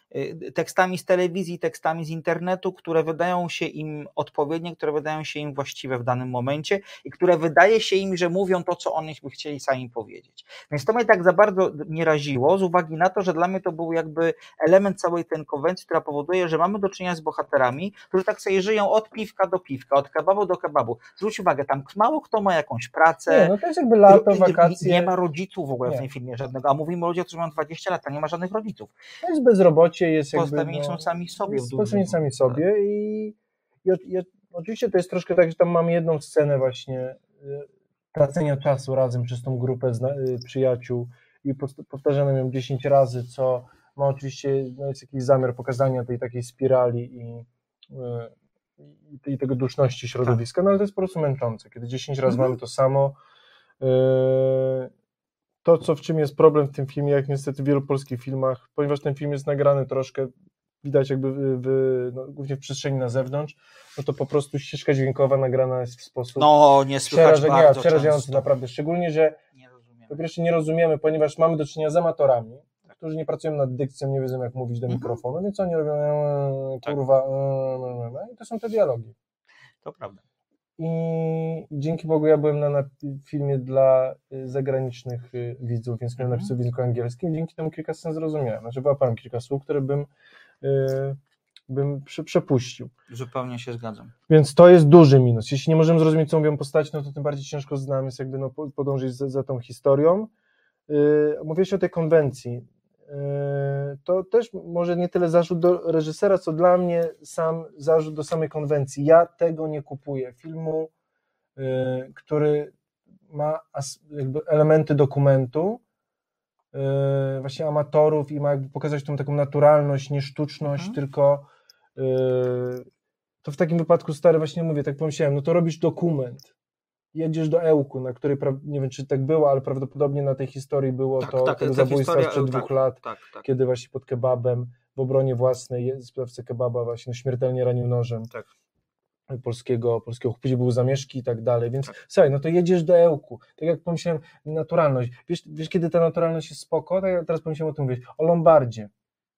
tekstami z telewizji, tekstami z internetu, które wydają się im odpowiednie, które wydają się im właściwe w danym momencie i które wydaje się im, że mówią to, co oni by chcieli sami powiedzieć. Więc to mnie tak za bardzo nie raziło, z uwagi na to, że dla mnie to był jakby element całej tej konwencji, która powoduje, że mamy do czynienia z bohaterami, którzy tak sobie żyją od piwka do piwka, od kebabu do kebabu. Zwróć uwagę, tam mało kto ma jakąś pracę. Nie, no to jest jakby lato, wakacje. Nie ma rodziców w ogóle nie. w tym filmie żadnego, a mówimy o ludziach, którzy mają dwadzieścia lat, a nie ma żadnych rodziców. To jest bezrobocie, jest jakby... Postawieni są sami sobie. Postawieni sami sobie i, i, i oczywiście to jest troszkę tak, że tam mamy jedną scenę właśnie tracenia czasu razem przez tą grupę zna, przyjaciół i powtarzane ją dziesięć razy, co ma oczywiście, no jest jakiś zamiar pokazania tej takiej spirali i, i, i tego duszności środowiska, no ale to jest po prostu męczące, kiedy dziesięć razy mhm. mamy to samo. To, co w czym jest problem w tym filmie, jak niestety w wielu polskich filmach, ponieważ ten film jest nagrany troszkę, widać jakby w, w, no, głównie w przestrzeni na zewnątrz, no to po prostu ścieżka dźwiękowa nagrana jest w sposób no, nie słychać bardzo przerażający naprawdę, szczególnie, że nie po pierwsze nie rozumiemy, ponieważ mamy do czynienia z amatorami, którzy nie pracują nad dykcją, nie wiedzą jak mówić do mhm. mikrofonu, więc oni robią e, kurwa e, e, i to są te dialogi. To prawda. I dzięki Bogu ja byłem na, na filmie dla zagranicznych widzów, więc miałem napisy w języku angielskim, dzięki temu kilka scen zrozumiałem, znaczy wyłapałem kilka słów, które bym, yy, bym prze, przepuścił. Zupełnie się zgadzam. Więc to jest duży minus. Jeśli nie możemy zrozumieć, co mówią postaci, no to tym bardziej ciężko z nami jest jakby no, podążyć za, za tą historią. Yy, mówię się o tej konwencji. Yy, to też może nie tyle zarzut do reżysera, co dla mnie sam zarzut do samej konwencji. Ja tego nie kupuję. Filmu, yy, który ma as, jakby elementy dokumentu, yy, właśnie amatorów i ma jakby pokazać tą taką naturalność, nie sztuczność, mhm. tylko yy, to w takim wypadku, stary, właśnie mówię, tak pomyślałem, no to robisz dokument. Jedziesz do Ełku, na której, nie wiem czy tak było, ale prawdopodobnie na tej historii było tak, to tak, tego ta zabójstwa historia, sprzed tak, dwóch lat, tak, tak. kiedy właśnie pod kebabem w obronie własnej sprawca kebaba właśnie śmiertelnie ranił nożem tak. polskiego, polskiego, później były zamieszki i tak dalej, więc tak. Słuchaj, no to jedziesz do Ełku, tak jak pomyślałem, naturalność, wiesz, wiesz kiedy ta naturalność jest spoko, tak jak teraz pomyślałem o tym mówić, o Lombardzie.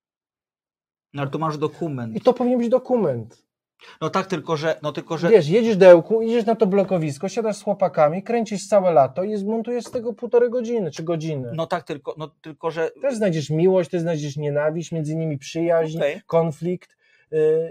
No ale to masz dokument. I to powinien być dokument. No tak, tylko że, no tylko że... Wiesz, jedziesz do Ełku, idziesz na to blokowisko, siadasz z chłopakami, kręcisz całe lato i zmontujesz z tego półtorej godziny czy godziny. No tak, tylko, no, tylko że... Też znajdziesz miłość, też znajdziesz nienawiść, między nimi przyjaźń, okay. konflikt. Yy...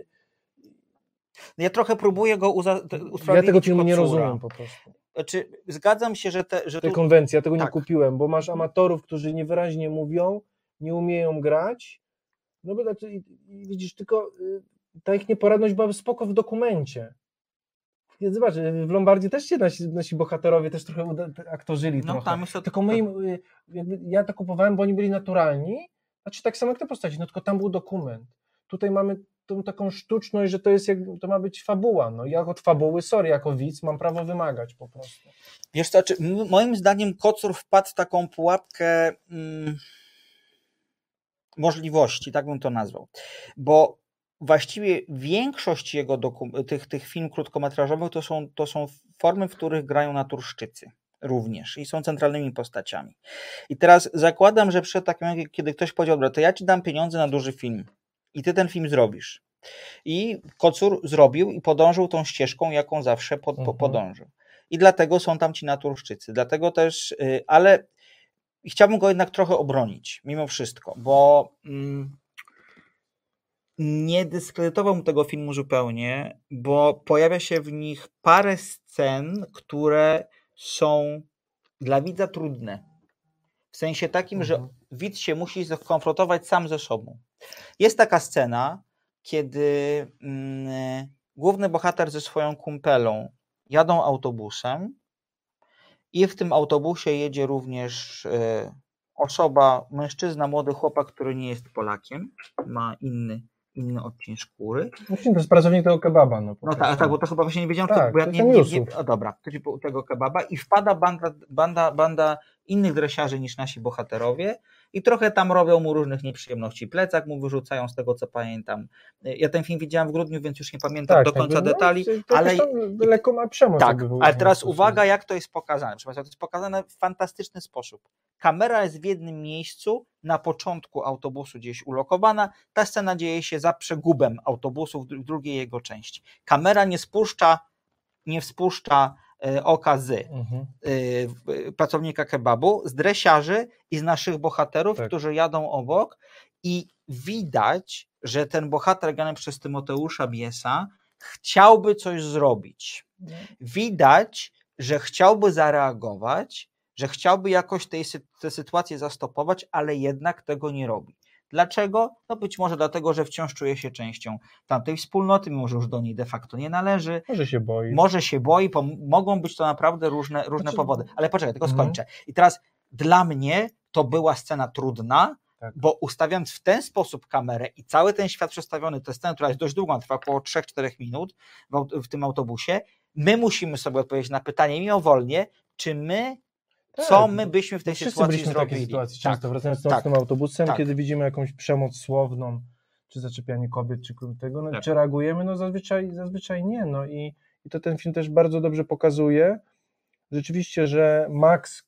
Ja trochę próbuję go uza... usprawiedliwić. Ja tego filmu nie rozumiem po prostu. Znaczy, zgadzam się, że te... Że te tu... konwencje, ja tego tak. nie kupiłem, bo masz amatorów, którzy niewyraźnie mówią, nie umieją grać, no bo znaczy, i, i widzisz, tylko... Yy... ta ich nieporadność była spoko w dokumencie. Zobacz, w Lombardzie też się nasi, nasi bohaterowie też trochę aktorzyli no, trochę. Tam jest to... Tylko my im, jakby ja to kupowałem, bo oni byli naturalni, znaczy tak samo jak te postaci, no tylko tam był dokument. Tutaj mamy tą taką sztuczność, że to jest jak, to ma być fabuła. No ja od fabuły, sorry, jako widz mam prawo wymagać po prostu. Wiesz co, czy, moim zdaniem Kocur wpadł w taką pułapkę mm, możliwości, tak bym to nazwał. Bo właściwie większość jego doku- tych, tych film krótkometrażowych to są, to są formy, w których grają naturszczycy również i są centralnymi postaciami. I teraz zakładam, że przed takim, kiedy ktoś powiedział, dobra, to ja ci dam pieniądze na duży film i ty ten film zrobisz. I Kocur zrobił i podążył tą ścieżką, jaką zawsze pod, mhm. podążył. I dlatego są tam ci naturszczycy. Dlatego też, yy, ale chciałbym go jednak trochę obronić, mimo wszystko, bo... Mm, nie dyskredytował tego filmu zupełnie, bo pojawia się w nich parę scen, które są dla widza trudne. W sensie takim, mhm. że widz się musi skonfrontować sam ze sobą. Jest taka scena, kiedy mm, główny bohater ze swoją kumpelą jadą autobusem i w tym autobusie jedzie również y, osoba, mężczyzna, młody chłopak, który nie jest Polakiem, ma inny inny odcień skóry. Właśnie to jest pracownik tego kebaba. No, no tak, tak, bo to chyba właśnie nie wiedziałem, tak, to, bo ja to nie, nie, nie, o dobra, tego kebaba i wpada banda, banda, banda innych dresiarzy niż nasi bohaterowie i trochę tam robią mu różnych nieprzyjemności. Plecak mu wyrzucają, z tego co pamiętam. Ja ten film widziałem w grudniu, więc już nie pamiętam tak, do końca jakby, detali, no, ale lekko ma przemoc. Tak, ale teraz uwaga, jak to jest pokazane. Proszę Państwa, to jest pokazane w fantastyczny sposób. Kamera jest w jednym miejscu, na początku autobusu gdzieś ulokowana, ta scena dzieje się za przegubem autobusu w drugiej jego części. Kamera nie spuszcza, nie spuszcza oka z mhm. y, pracownika kebabu, z dresiarzy i z naszych bohaterów, tak. którzy jadą obok i widać, że ten bohater grany przez Tymoteusza Biesa chciałby coś zrobić. Widać, że chciałby zareagować, że chciałby jakoś tej, tę sytuację zastopować, ale jednak tego nie robi. Dlaczego? No być może dlatego, że wciąż czuje się częścią tamtej wspólnoty, mimo że już do niej de facto nie należy. Może się boi. Może się boi, mogą być to naprawdę różne, różne znaczy... powody. Ale poczekaj, tylko skończę. Mhm. I teraz dla mnie to była scena trudna, tak. bo ustawiając w ten sposób kamerę i cały ten świat przedstawiony, tę scenę, która jest dość długą, trwa około trzy cztery minut w, w tym autobusie, my musimy sobie odpowiedzieć na pytanie mimowolnie, czy my Co tak, my byśmy w tej sytuacji byliśmy zrobili? W takiej sytuacji, często tak, wracając tak, tym autobusem, tak. kiedy widzimy jakąś przemoc słowną, czy zaczepianie kobiet, czy tego, no, tak. czy reagujemy? No zazwyczaj, zazwyczaj nie. No i, i to ten film też bardzo dobrze pokazuje. Rzeczywiście, że Max,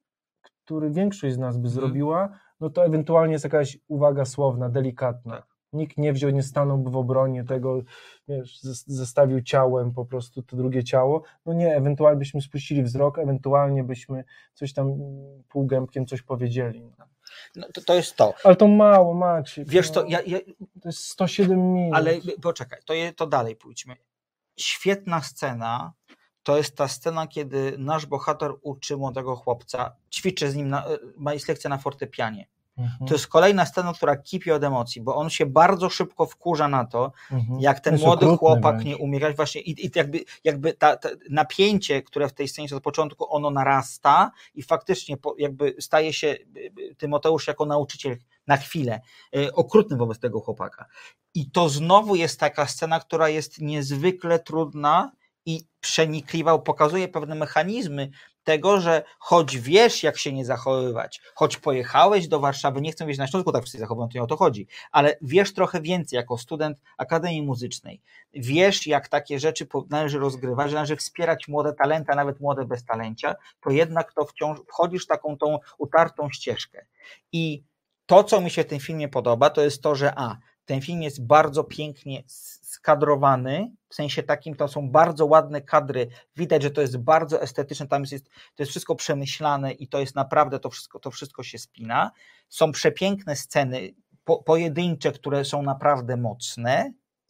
który większość z nas by hmm. zrobiła, no to ewentualnie jest jakaś uwaga słowna, delikatna. Tak. Nikt nie wziął, nie stanąłby w obronie tego, wiesz, zestawił ciałem po prostu to drugie ciało. No nie, ewentualnie byśmy spuścili wzrok, ewentualnie byśmy coś tam półgębkiem coś powiedzieli. No to, to jest to. Ale to mało, Maciej. Wiesz no, to, ja, ja... to jest sto siedem minut. Ale poczekaj, to, je, to dalej pójdźmy. Świetna scena, to jest ta scena, kiedy nasz bohater uczy młodego chłopca, ćwiczy z nim, na, ma jest lekcja na fortepianie. To jest kolejna scena, która kipi od emocji, bo on się bardzo szybko wkurza na to, mhm. jak ten młody chłopak wręcz. nie umie grać właśnie i, i jakby, jakby ta, ta napięcie, które w tej scenie od początku ono narasta i faktycznie po, jakby staje się Tymoteusz jako nauczyciel na chwilę y, okrutny wobec tego chłopaka. I to znowu jest taka scena, która jest niezwykle trudna i przenikliwa, pokazuje pewne mechanizmy tego, że choć wiesz, jak się nie zachowywać, choć pojechałeś do Warszawy, nie chcę wiedzieć na Śląsku, tak wszyscy zachowują, to nie o to chodzi, ale wiesz trochę więcej jako student Akademii Muzycznej, wiesz, jak takie rzeczy należy rozgrywać, że należy wspierać młode talenty, a nawet młode beztalencia, to jednak to wciąż wchodzisz w taką tą utartą ścieżkę. I to, co mi się w tym filmie podoba, to jest to, że a, ten film jest bardzo pięknie skadrowany, w sensie takim, to są bardzo ładne kadry, widać, że to jest bardzo estetyczne, tam jest, to jest wszystko przemyślane i to jest naprawdę, to wszystko, to wszystko się spina. Są przepiękne sceny, po, pojedyncze, które są naprawdę mocne.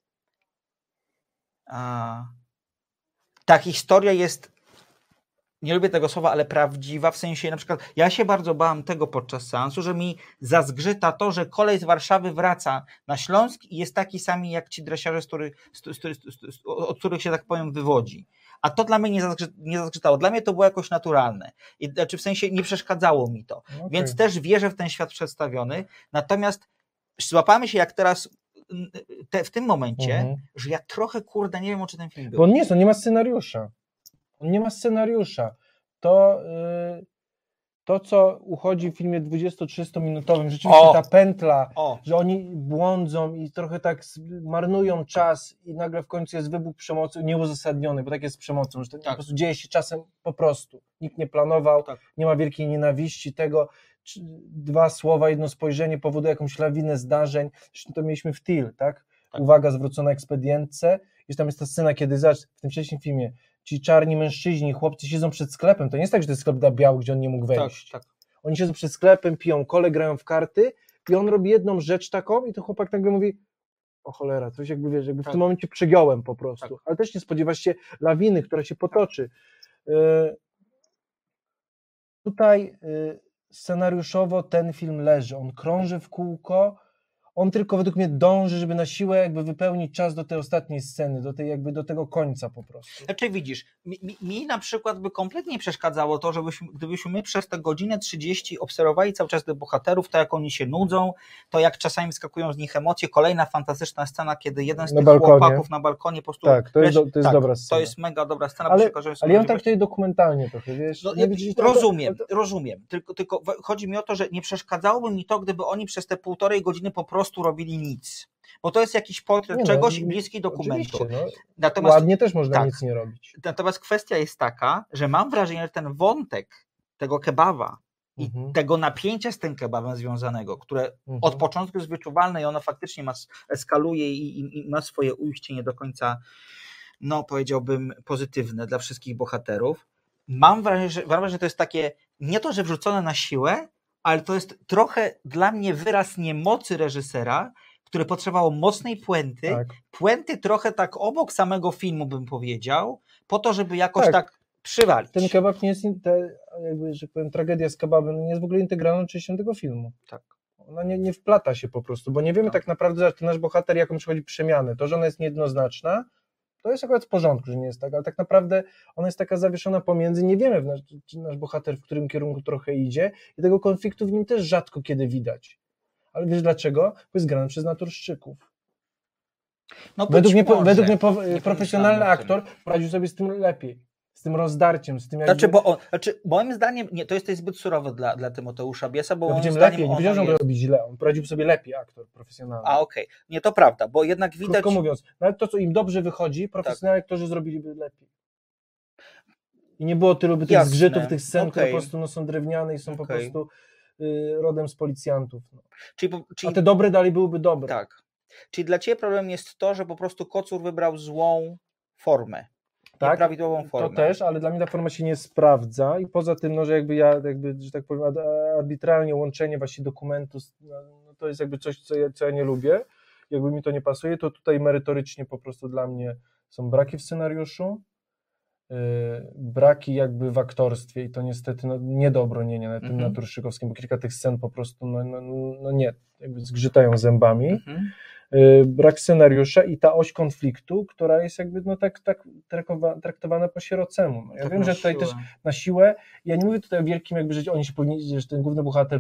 A, ta historia jest, nie lubię tego słowa, ale prawdziwa, w sensie na przykład, ja się bardzo bałam tego podczas seansu, że mi zazgrzyta to, że kolej z Warszawy wraca na Śląsk i jest taki sami jak ci dresiarze, z których, z, z, z, z, od których się tak powiem wywodzi. A to dla mnie nie, zazgrzy, nie zazgrzytało. Dla mnie to było jakoś naturalne. I, znaczy w sensie nie przeszkadzało mi to. Okay. Więc też wierzę w ten świat przedstawiony. Natomiast złapamy się jak teraz te, w tym momencie, mhm. że ja trochę kurde nie wiem, o czym ten film był. Bo on nie jest, on nie ma scenariusza. On nie ma scenariusza. To, yy, to co uchodzi w filmie dwudziesto-trzydziestominutowym, rzeczywiście o, ta pętla, o. że oni błądzą i trochę tak marnują czas i nagle w końcu jest wybuch przemocy nieuzasadniony, bo tak jest z przemocą, że to tak. po prostu dzieje się czasem po prostu. Nikt nie planował, tak. nie ma wielkiej nienawiści tego. Dwa słowa, jedno spojrzenie powoduje jakąś lawinę zdarzeń. Zresztą to mieliśmy w Till, tak? tak? Uwaga zwrócona ekspedientce. I tam jest ta scena, kiedy zobacz, w tym wcześniejszym filmie ci czarni mężczyźni, chłopcy siedzą przed sklepem. To nie jest tak, że to jest sklep dla białych, gdzie on nie mógł wejść. Tak, tak. Oni siedzą przed sklepem, piją kole, grają w karty i on robi jedną rzecz taką i ten chłopak nagle mówi: o cholera, coś jakby, wiesz, jakby tak. w tym momencie przegiąłem po prostu. Tak. Ale też nie spodziewasz się lawiny, która się potoczy. Yy, tutaj yy, scenariuszowo ten film leży. On krąży w kółko, on tylko według mnie dąży, żeby na siłę jakby wypełnić czas do tej ostatniej sceny, do tej jakby do tego końca po prostu. Znaczy widzisz, mi, mi, mi na przykład by kompletnie przeszkadzało to, żebyśmy, gdybyśmy my przez tę godzinę trzydzieści obserwowali cały czas tych bohaterów, to jak oni się nudzą, to jak czasami wyskakują z nich emocje. Kolejna fantastyczna scena, kiedy jeden z Na tych balkonie. chłopaków na balkonie po prostu... Tak, to jest, do, to jest tak, dobra scena. To jest mega dobra scena. Ale, bo się ale ja mam tak tutaj dokumentalnie trochę, wiesz. No, nie, ja, rozumiem, to, to... rozumiem. Tylko, tylko chodzi mi o to, że nie przeszkadzałoby mi to, gdyby oni przez te półtorej godziny po prostu robili nic. Bo to jest jakiś portret nie czegoś no, bliski dokumentu. No. Natomiast, ładnie też można tak, nic nie robić. Natomiast kwestia jest taka, że mam wrażenie, że ten wątek tego kebawa i mhm. tego napięcia z tym kebabem związanego, które mhm. od początku jest wyczuwalne i ono faktycznie ma, eskaluje i, i, i ma swoje ujście nie do końca, no powiedziałbym, pozytywne dla wszystkich bohaterów. Mam wrażenie, że, mam wrażenie, że to jest takie, nie to, że wrzucone na siłę, ale to jest trochę dla mnie wyraz niemocy reżysera, które potrzebowało mocnej puenty, tak. puenty trochę tak obok samego filmu, bym powiedział, po to, żeby jakoś tak, tak przywalić. Ten kebab nie jest, te, jakby, że powiem, tragedia z kebabem nie jest w ogóle integralną częścią tego filmu. Tak. Ona nie, nie wplata się po prostu, bo nie wiemy tak, tak naprawdę, że ten nasz bohater jaką przechodzi przemianę. To, że ona jest niejednoznaczna, to jest akurat w porządku, że nie jest tak, ale tak naprawdę ona jest taka zawieszona pomiędzy, nie wiemy, nasz, czy nasz bohater w którym kierunku trochę idzie i tego konfliktu w nim też rzadko kiedy widać. Ale wiesz dlaczego? Bo jest grany przez naturszczyków. No według mnie, może, według mnie po, profesjonalny aktor poradził sobie z tym lepiej. Z tym rozdarciem, z tym jakby... Znaczy, bo on, znaczy, moim zdaniem, nie, to jest, to jest zbyt surowe dla, dla Tymoteusza Biesa, bo no, moim zdaniem lepiej, nie powiedział, że on robi źle, on poradził sobie lepiej aktor profesjonalny. A okej, okay. Nie, to prawda, bo jednak widać... Krótko mówiąc, nawet to, co im dobrze wychodzi, profesjonalni tak. aktorzy zrobiliby lepiej. I nie było tylu by tych Jasne. zgrzytów, tych scen, okay. które po prostu no, są drewniane i są okay. po prostu y, rodem z policjantów. No. Czyli, czyli... A te dobre dalej byłyby dobre. Tak. Czyli dla Ciebie problem jest to, że po prostu Kocur wybrał złą formę. Tak, prawidłową formę. To też, ale dla mnie ta forma się nie sprawdza i poza tym, no, że jakby ja, jakby, że tak powiem, arbitralnie łączenie właśnie dokumentu, no, to jest jakby coś, co ja, co ja nie lubię, jakby mi to nie pasuje, to tutaj merytorycznie po prostu dla mnie są braki w scenariuszu, yy, braki jakby w aktorstwie i to niestety no, nie do obronienia na tym mhm. Naturszykowskim, bo kilka tych scen po prostu, no, no, no nie, jakby zgrzytają zębami. Mhm. Brak scenariusza i ta oś konfliktu, która jest jakby no tak, tak traktowana po sierocemu. No ja tak wiem, że tutaj siłę. też na siłę, ja nie mówię tutaj o wielkim jakby, że oni się powinni, że ten główny bohater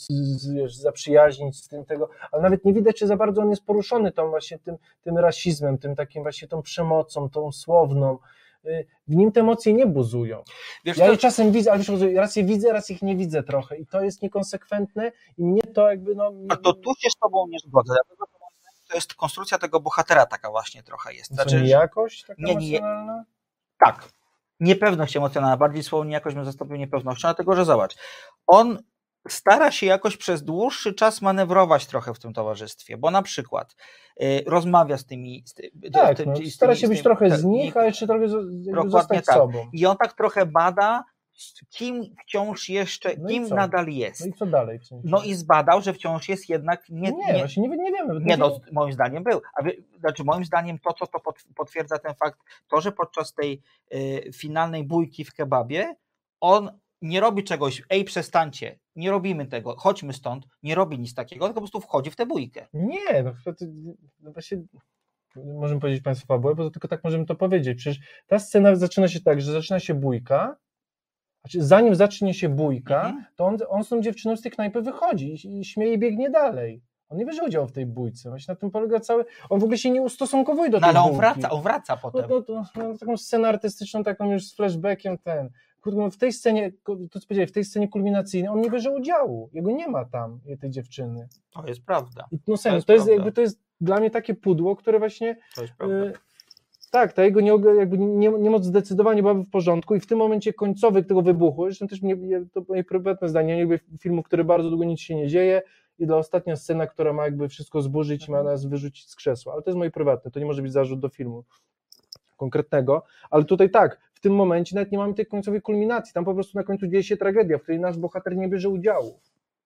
zaprzyjaźnić z tym tego, ale nawet nie widać, czy za bardzo on jest poruszony tą właśnie tym, tym rasizmem, tym takim właśnie tą przemocą, tą słowną. W nim te emocje nie buzują. Wiesz, ja to... je czasem widzę, ale wiesz, raz je widzę, raz ich nie widzę trochę i to jest niekonsekwentne i mnie to jakby no... A to tu się z tobą nie zgodzę. To jest konstrukcja tego bohatera taka właśnie trochę jest. Znaczy, niejakość taka nie, nie, emocjonalna? Tak. Niepewność emocjonalna. Bardziej słowo niejakość bym zastąpił niepewnością, dlatego że zobacz, on stara się jakoś przez dłuższy czas manewrować trochę w tym towarzystwie, bo na przykład y, rozmawia z tymi... Z ty, tak, ty, no, ty, stara się być tym, trochę z nich, a jeszcze trochę zostać tak. sobą. I on tak trochę bada, kim wciąż jeszcze, no kim nadal jest. No i co dalej? W sensie? No i zbadał, że wciąż jest jednak... Nie, nie, nie, właśnie nie, nie wiemy. Nie, no, moim zdaniem był. A wy, znaczy moim zdaniem to, co to potwierdza ten fakt, to, że podczas tej y, finalnej bójki w kebabie on nie robi czegoś, ej przestańcie, nie robimy tego, chodźmy stąd, nie robi nic takiego, tylko po prostu wchodzi w tę bójkę. Nie, no, no właśnie... Możemy powiedzieć Państwu fabułę, bo to tylko tak możemy to powiedzieć. Przecież ta scena zaczyna się tak, że zaczyna się bójka, znaczy zanim zacznie się bójka, mhm. to on, on z tą dziewczyną z tej knajpy wychodzi i, i śmieje i biegnie dalej. On nie bierze udziału w tej bójce. Właśnie na tym polega cały... On w ogóle się nie ustosunkowuje do no, tej ale on bójki. wraca, on wraca potem. No, to, to, to, taką scenę artystyczną, taką już z flashbackiem ten... W tej scenie, to co powiedziałeś, w tej scenie kulminacyjnej on nie bierze udziału. Jego nie ma tam, tej dziewczyny. To jest prawda. I, no serio, to, jest, to, jest jakby, to jest dla mnie takie pudło, które właśnie... To jest prawda. Y, tak, ta jego nie, jakby nie, niemoc zdecydowanie byłaby w porządku i w tym momencie końcowy tego wybuchu, zresztą też mnie, to moje prywatne zdanie, nie lubię filmu, który bardzo długo nic się nie dzieje i dla ostatnia scena, która ma jakby wszystko zburzyć i ma nas wyrzucić z krzesła, ale to jest moje prywatne, to nie może być zarzut do filmu konkretnego, ale tutaj tak, w tym momencie nawet nie mamy tej końcowej kulminacji, tam po prostu na końcu dzieje się tragedia, w której nasz bohater nie bierze udziału.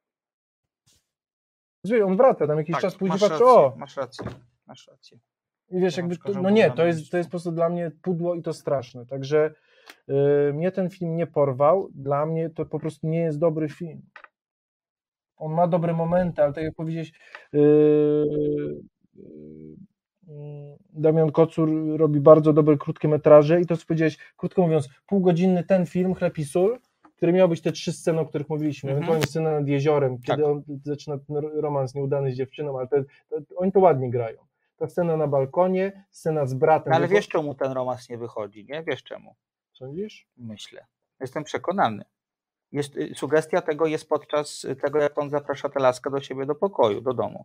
On wraca, tam jakiś tak, czas później patrzy, patrzy, o! Masz rację, masz rację. I wiesz, jakby, to, no nie, to jest, to jest po prostu dla mnie pudło i to straszne, także yy, mnie ten film nie porwał, dla mnie to po prostu nie jest dobry film. On ma dobre momenty, ale tak jak powiedziałeś, Damian Kocur robi bardzo dobre krótkie metraże i to, co powiedziałeś, krótko mówiąc, półgodzinny ten film, Chleb i sól, który miał być te trzy sceny, o których mówiliśmy, Mhm. ewentualnie scena nad jeziorem, kiedy Tak. on zaczyna ten romans nieudany z dziewczyną, ale te, to, oni to ładnie grają. Ta scena na balkonie, scena z bratem. No, ale Bo- wiesz, czemu ten romans nie wychodzi, nie? Wiesz czemu? Sądzisz? Myślę. Jestem przekonany. Jest, y, sugestia tego jest podczas tego, jak on zaprasza tę laskę do siebie do pokoju, do domu.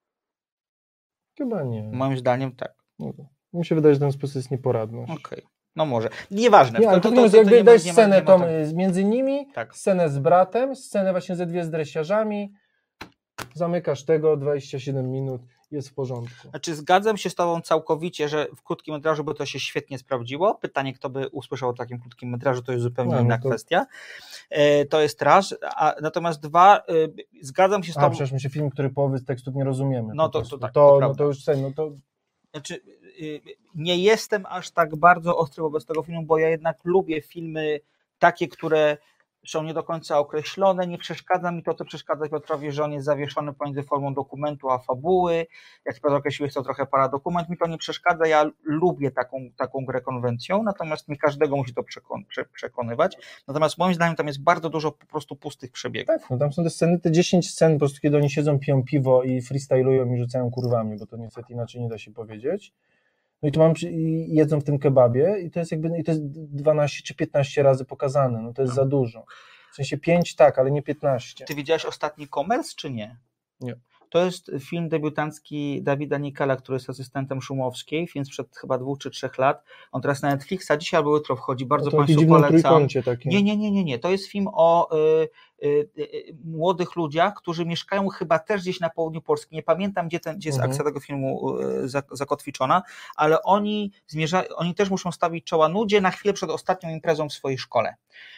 Chyba nie. Moim zdaniem tak. Mi się wydaje, że ten sposób jest nieporadność. Okej. No może. Nieważne. Nie, ale to, to, to, to, to jakby nie ma- dajesz nie ma- scenę nie ma tą tak- y, między nimi, Tak. scenę z bratem, scenę właśnie ze dwie z dresiarzami, zamykasz tego, dwadzieścia siedem minut, jest w porządku. Znaczy zgadzam się z tobą całkowicie, że w krótkim metrażu by to się świetnie sprawdziło. Pytanie, kto by usłyszał o takim krótkim metrażu, to jest zupełnie No, no inna to- kwestia. E, to jest raz, a natomiast dwa, y, zgadzam się z A tobą. przecież my się film, który połowy tekstów nie rozumiemy. No po to- prostu. to tak, to, to no prawda. to już sen, no to Znaczy, y, nie jestem aż tak bardzo ostry wobec tego filmu, bo ja jednak lubię filmy takie, które są nie do końca określone. Nie przeszkadza mi to, co przeszkadza Piotrowi, że on jest zawieszony pomiędzy formą dokumentu a fabuły. Jak Piotr określił, jest to trochę paradokument. Mi to nie przeszkadza. Ja lubię taką, taką grę konwencją, natomiast nie każdego musi to przekon- prze- przekonywać. Natomiast moim zdaniem tam jest bardzo dużo po prostu pustych przebiegów. tak, no tam są te sceny, te dziesięć scen, po prostu kiedy oni siedzą, piją piwo i freestylują i rzucają kurwami, bo to niestety inaczej nie da się powiedzieć. No i tu mam, przy- i jedzą w tym kebabie i to jest jakby, i to jest dwanaście czy piętnaście razy pokazane, no to jest za dużo. W sensie pięć tak, ale nie piętnaście. Ty widziałeś Ostatni Komers, czy nie? Nie. To jest film debiutancki Dawida Nikala, który jest asystentem Szumowskiej, film sprzed chyba dwóch czy trzech lat. On teraz na Netflixa dzisiaj albo jutro wchodzi, bardzo No to Państwu dziwnym polecam. trójkącie takim. Nie, nie, nie, nie, nie. To jest film o y, y, y, młodych ludziach, którzy mieszkają chyba też gdzieś na południu Polski. Nie pamiętam, gdzie, ten, gdzie jest Mhm. akcja tego filmu y, zak- zakotwiczona, ale oni, zmierza, oni też muszą stawić czoła nudzie na chwilę przed ostatnią imprezą w swojej szkole.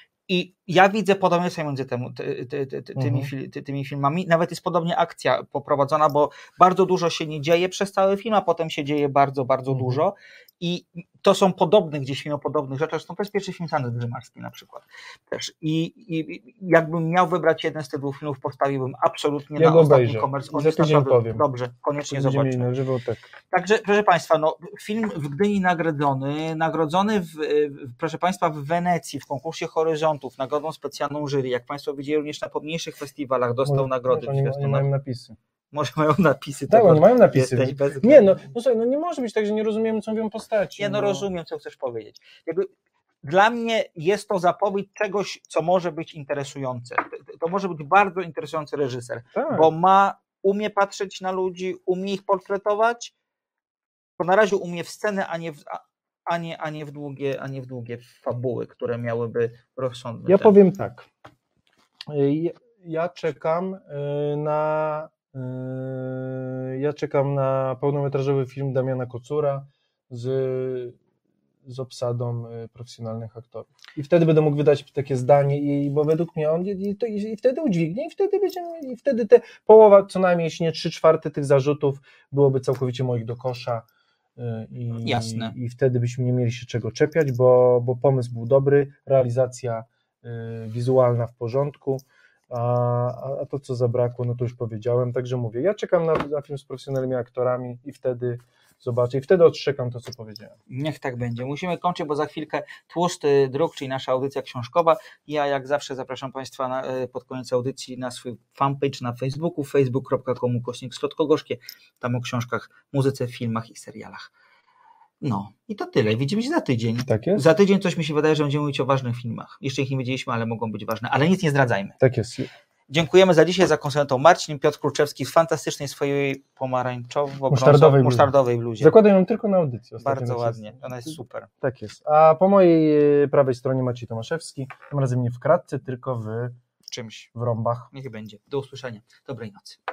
I ja widzę podobieństwo między temu, ty, ty, ty, ty, tymi, Mhm. fil- ty, tymi filmami. Nawet jest podobnie akcja poprowadzona, bo bardzo dużo się nie dzieje przez cały film, a potem się dzieje bardzo, bardzo Mhm. dużo. I to są podobne gdzieś film o podobnych rzeczach. Zresztą to jest pierwszy film Sandy Drzymarskiej na przykład. Też. I, I jakbym miał wybrać jeden z tych dwóch filmów, postawiłbym absolutnie Ja na go Ostatni obejrzę. Komers. I On za jest tydzień naprawdę powiem. dobrze, koniecznie Będziemy mieli zobaczmy. na żywo, tak. Także, proszę Państwa, no, film w Gdyni nagrodzony, nagrodzony w, w, proszę Państwa, w Wenecji, w konkursie Horyzontów, nagrodą specjalną jury. Jak Państwo widzieli, również na pomniejszych festiwalach dostał Może- nagrody. Oni, oni mają napisy. Może mają napisy. Tak, to oni mają napisy. jesteś bez- Nie, no, no słuchaj, no nie może być tak, że nie rozumiemy, co mówią postaci. Nie, no rozumiem, co chcesz powiedzieć. Jakby dla mnie jest to zapowiedź czegoś, co może być interesujące. To może być bardzo interesujący reżyser, Tak. bo ma, umie patrzeć na ludzi, umie ich portretować, to na razie umie w scenę, a nie w, a, a nie, a nie w długie, a nie w długie fabuły, które miałyby rozsądny Ja temp. powiem tak. Ja, ja czekam y, na y, ja czekam na pełnometrażowy film Damiana Kocura z, z obsadą y, profesjonalnych aktorów. I wtedy będę mógł wydać takie zdanie, i, bo według mnie on i, to, i wtedy udźwignie, i wtedy będziemy mieli, i wtedy te połowa, co najmniej, jeśli nie trzy czwarte tych zarzutów byłoby całkowicie moich do kosza. y, I, Jasne. I wtedy byśmy nie mieli się czego czepiać, bo, bo pomysł był dobry, realizacja y, wizualna w porządku, a, a to, co zabrakło, no to już powiedziałem, także mówię, ja czekam na, na film z profesjonalnymi aktorami i wtedy zobaczę, i wtedy odszczekam to, co powiedziałem. Niech tak będzie. Musimy kończyć, bo za chwilkę Tłusty Druk, czyli nasza audycja książkowa. Ja jak zawsze zapraszam Państwa na, pod koniec audycji na swój fanpage na Facebooku, facebook kropka com ukośnik Słodko-Gorzkie, tam o książkach, muzyce, filmach i serialach. No i to tyle. Widzimy się za tydzień. Tak jest? Za tydzień coś mi się wydaje, że będziemy mówić o ważnych filmach. Jeszcze ich nie wiedzieliśmy, ale mogą być ważne. Ale nic nie zdradzajmy. Tak jest. Dziękujemy za dzisiaj, za konsultantą Marcin, Piotr Kruczewski w fantastycznej swojej pomarańczowo Musztardowej bluzie. musztardowej bluzie. Zakładam ją tylko na audycji. ostatnio Bardzo na ładnie. wszyscy. Ona jest super. Tak jest. A po mojej e, prawej stronie Maciej Tomaszewski, tym razem nie w kratce, tylko w Czymś. w rąbach. Niech będzie. Do usłyszenia. Dobrej nocy.